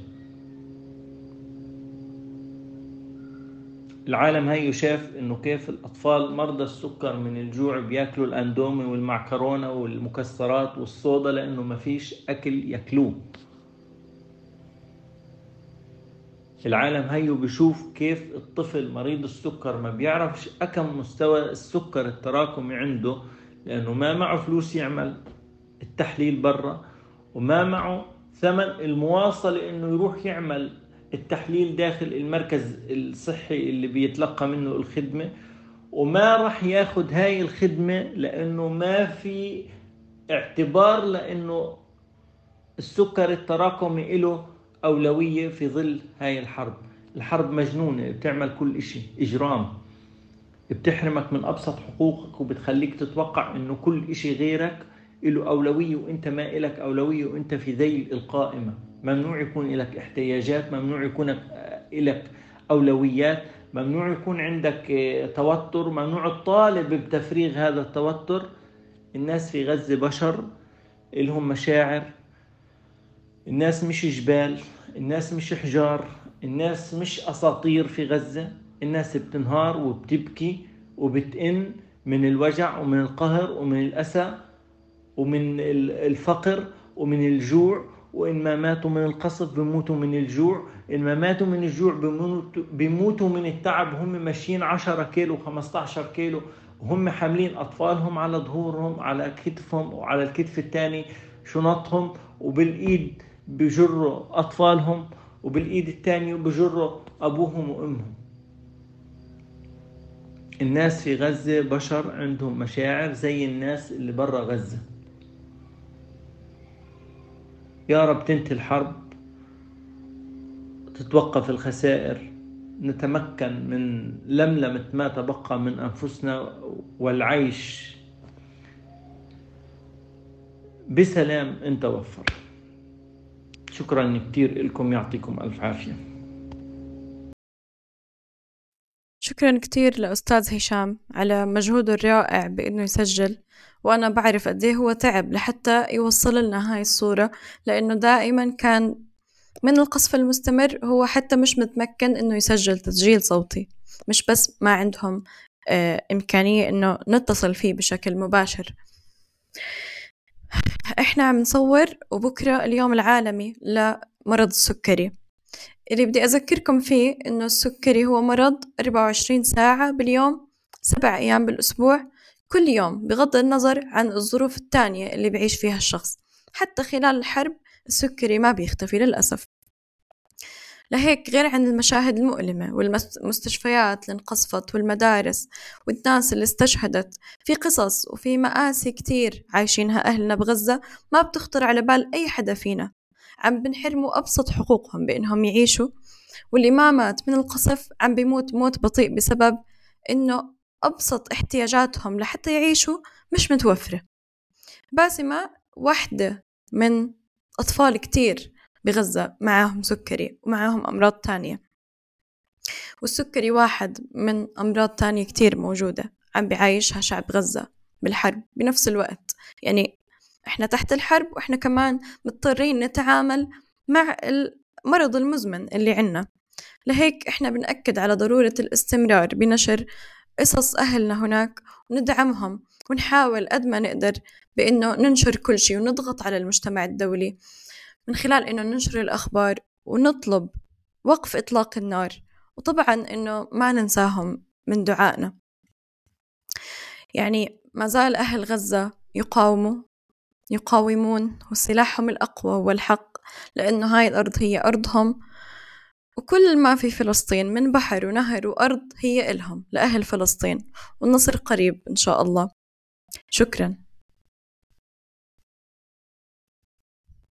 العالم هيو شاف انه كيف الاطفال مرضى السكر من الجوع بياكلوا الاندومي والمعكرونة والمكسرات والصودا لانه ما فيش اكل ياكلوه. العالم هيو بيشوف كيف الطفل مريض السكر ما بيعرفش أكم مستوى السكر التراكمي عنده لأنه ما معه فلوس يعمل التحليل برا، وما معه ثمن المواصلة إنه يروح يعمل التحليل داخل المركز الصحي اللي بيتلقى منه الخدمة، وما راح ياخد هاي الخدمة لأنه ما في اعتبار لأنه السكر التراكمي له أولوية في ظل هاي الحرب. الحرب مجنونة، بتعمل كل إشي إجرام، بتحرمك من أبسط حقوقك وبتخليك تتوقع إنه كل إشي غيرك له أولوية وإنت ما إلك أولوية وإنت في ذيل القائمة. ممنوع يكون لك احتياجات، ممنوع يكون لك أولويات، ممنوع يكون عندك توتر، ممنوع تطالب بتفريغ هذا التوتر. الناس في غزة بشر، لهم مشاعر، الناس مش جبال، الناس مش حجار، الناس مش أساطير في غزة. الناس بتنهار وبتبكي وبتئن من الوجع ومن القهر ومن الأسى ومن الفقر ومن الجوع. وإن ما ماتوا من القصف بيموتوا من الجوع، إن ما ماتوا من الجوع بيموتوا من التعب. هم ماشيين عشرة كيلو خمسة عشر كيلو وهم حاملين أطفالهم على ظهورهم، على كتفهم، وعلى الكتف الثاني شنطهم، وبالإيد بجروا أطفالهم، وبالإيد الثانية بجروا أبوهم وأمهم. الناس في غزة بشر، عندهم مشاعر زي الناس اللي برا غزة. يا رب تنتهي الحرب، تتوقف الخسائر، نتمكن من لملمة ما تبقى من أنفسنا والعيش بسلام إن توفر. شكرا كتير لكم، يعطيكم ألف عافية. شكرا كتير لأستاذ هشام على مجهوده الرائع بأنه يسجل، وأنا بعرف قديه هو تعب لحتى يوصل لنا هاي الصورة، لأنه دائما كان من القصف المستمر هو حتى مش متمكن أنه يسجل تسجيل صوتي، مش بس ما عندهم آه إمكانية أنه نتصل فيه بشكل مباشر. إحنا عم نصور وبكرة اليوم العالمي لمرض السكري، اللي بدي أذكركم فيه إنه السكري هو مرض أربعة وعشرين ساعة باليوم، سبع أيام بالأسبوع، كل يوم، بغض النظر عن الظروف التانية اللي بعيش فيها الشخص. حتى خلال الحرب السكري ما بيختفي للأسف. لهيك غير عن المشاهد المؤلمة والمستشفيات اللي انقصفت والمدارس والناس اللي استشهدت، في قصص وفي مآسي كتير عايشينها أهلنا بغزة ما بتخطر على بال أي حدا فينا. عم بنحرموا أبسط حقوقهم بإنهم يعيشوا، واللي ما مات من القصف عم بيموت موت بطيء بسبب إنه أبسط احتياجاتهم لحتى يعيشوا مش متوفرة. باسمة واحدة من أطفال كتير بغزة معاهم سكري ومعاهم أمراض تانية، والسكري واحد من أمراض تانية كتير موجودة عم بيعيشها شعب غزة بالحرب بنفس الوقت. يعني إحنا تحت الحرب وإحنا كمان مضطرين نتعامل مع المرض المزمن اللي عنا. لهيك إحنا بنأكد على ضرورة الاستمرار بنشر قصص أهلنا هناك وندعمهم، ونحاول قد ما نقدر بأنه ننشر كل شيء، ونضغط على المجتمع الدولي من خلال أنه ننشر الأخبار ونطلب وقف إطلاق النار، وطبعا أنه ما ننساهم من دعائنا. يعني ما زال أهل غزة يقاوموا يقاومون، وسلاحهم الأقوى هو الحق، لأنه هاي الأرض هي أرضهم، وكل ما في فلسطين من بحر ونهر وأرض هي إلهم، لأهل فلسطين، والنصر قريب إن شاء الله. شكرا.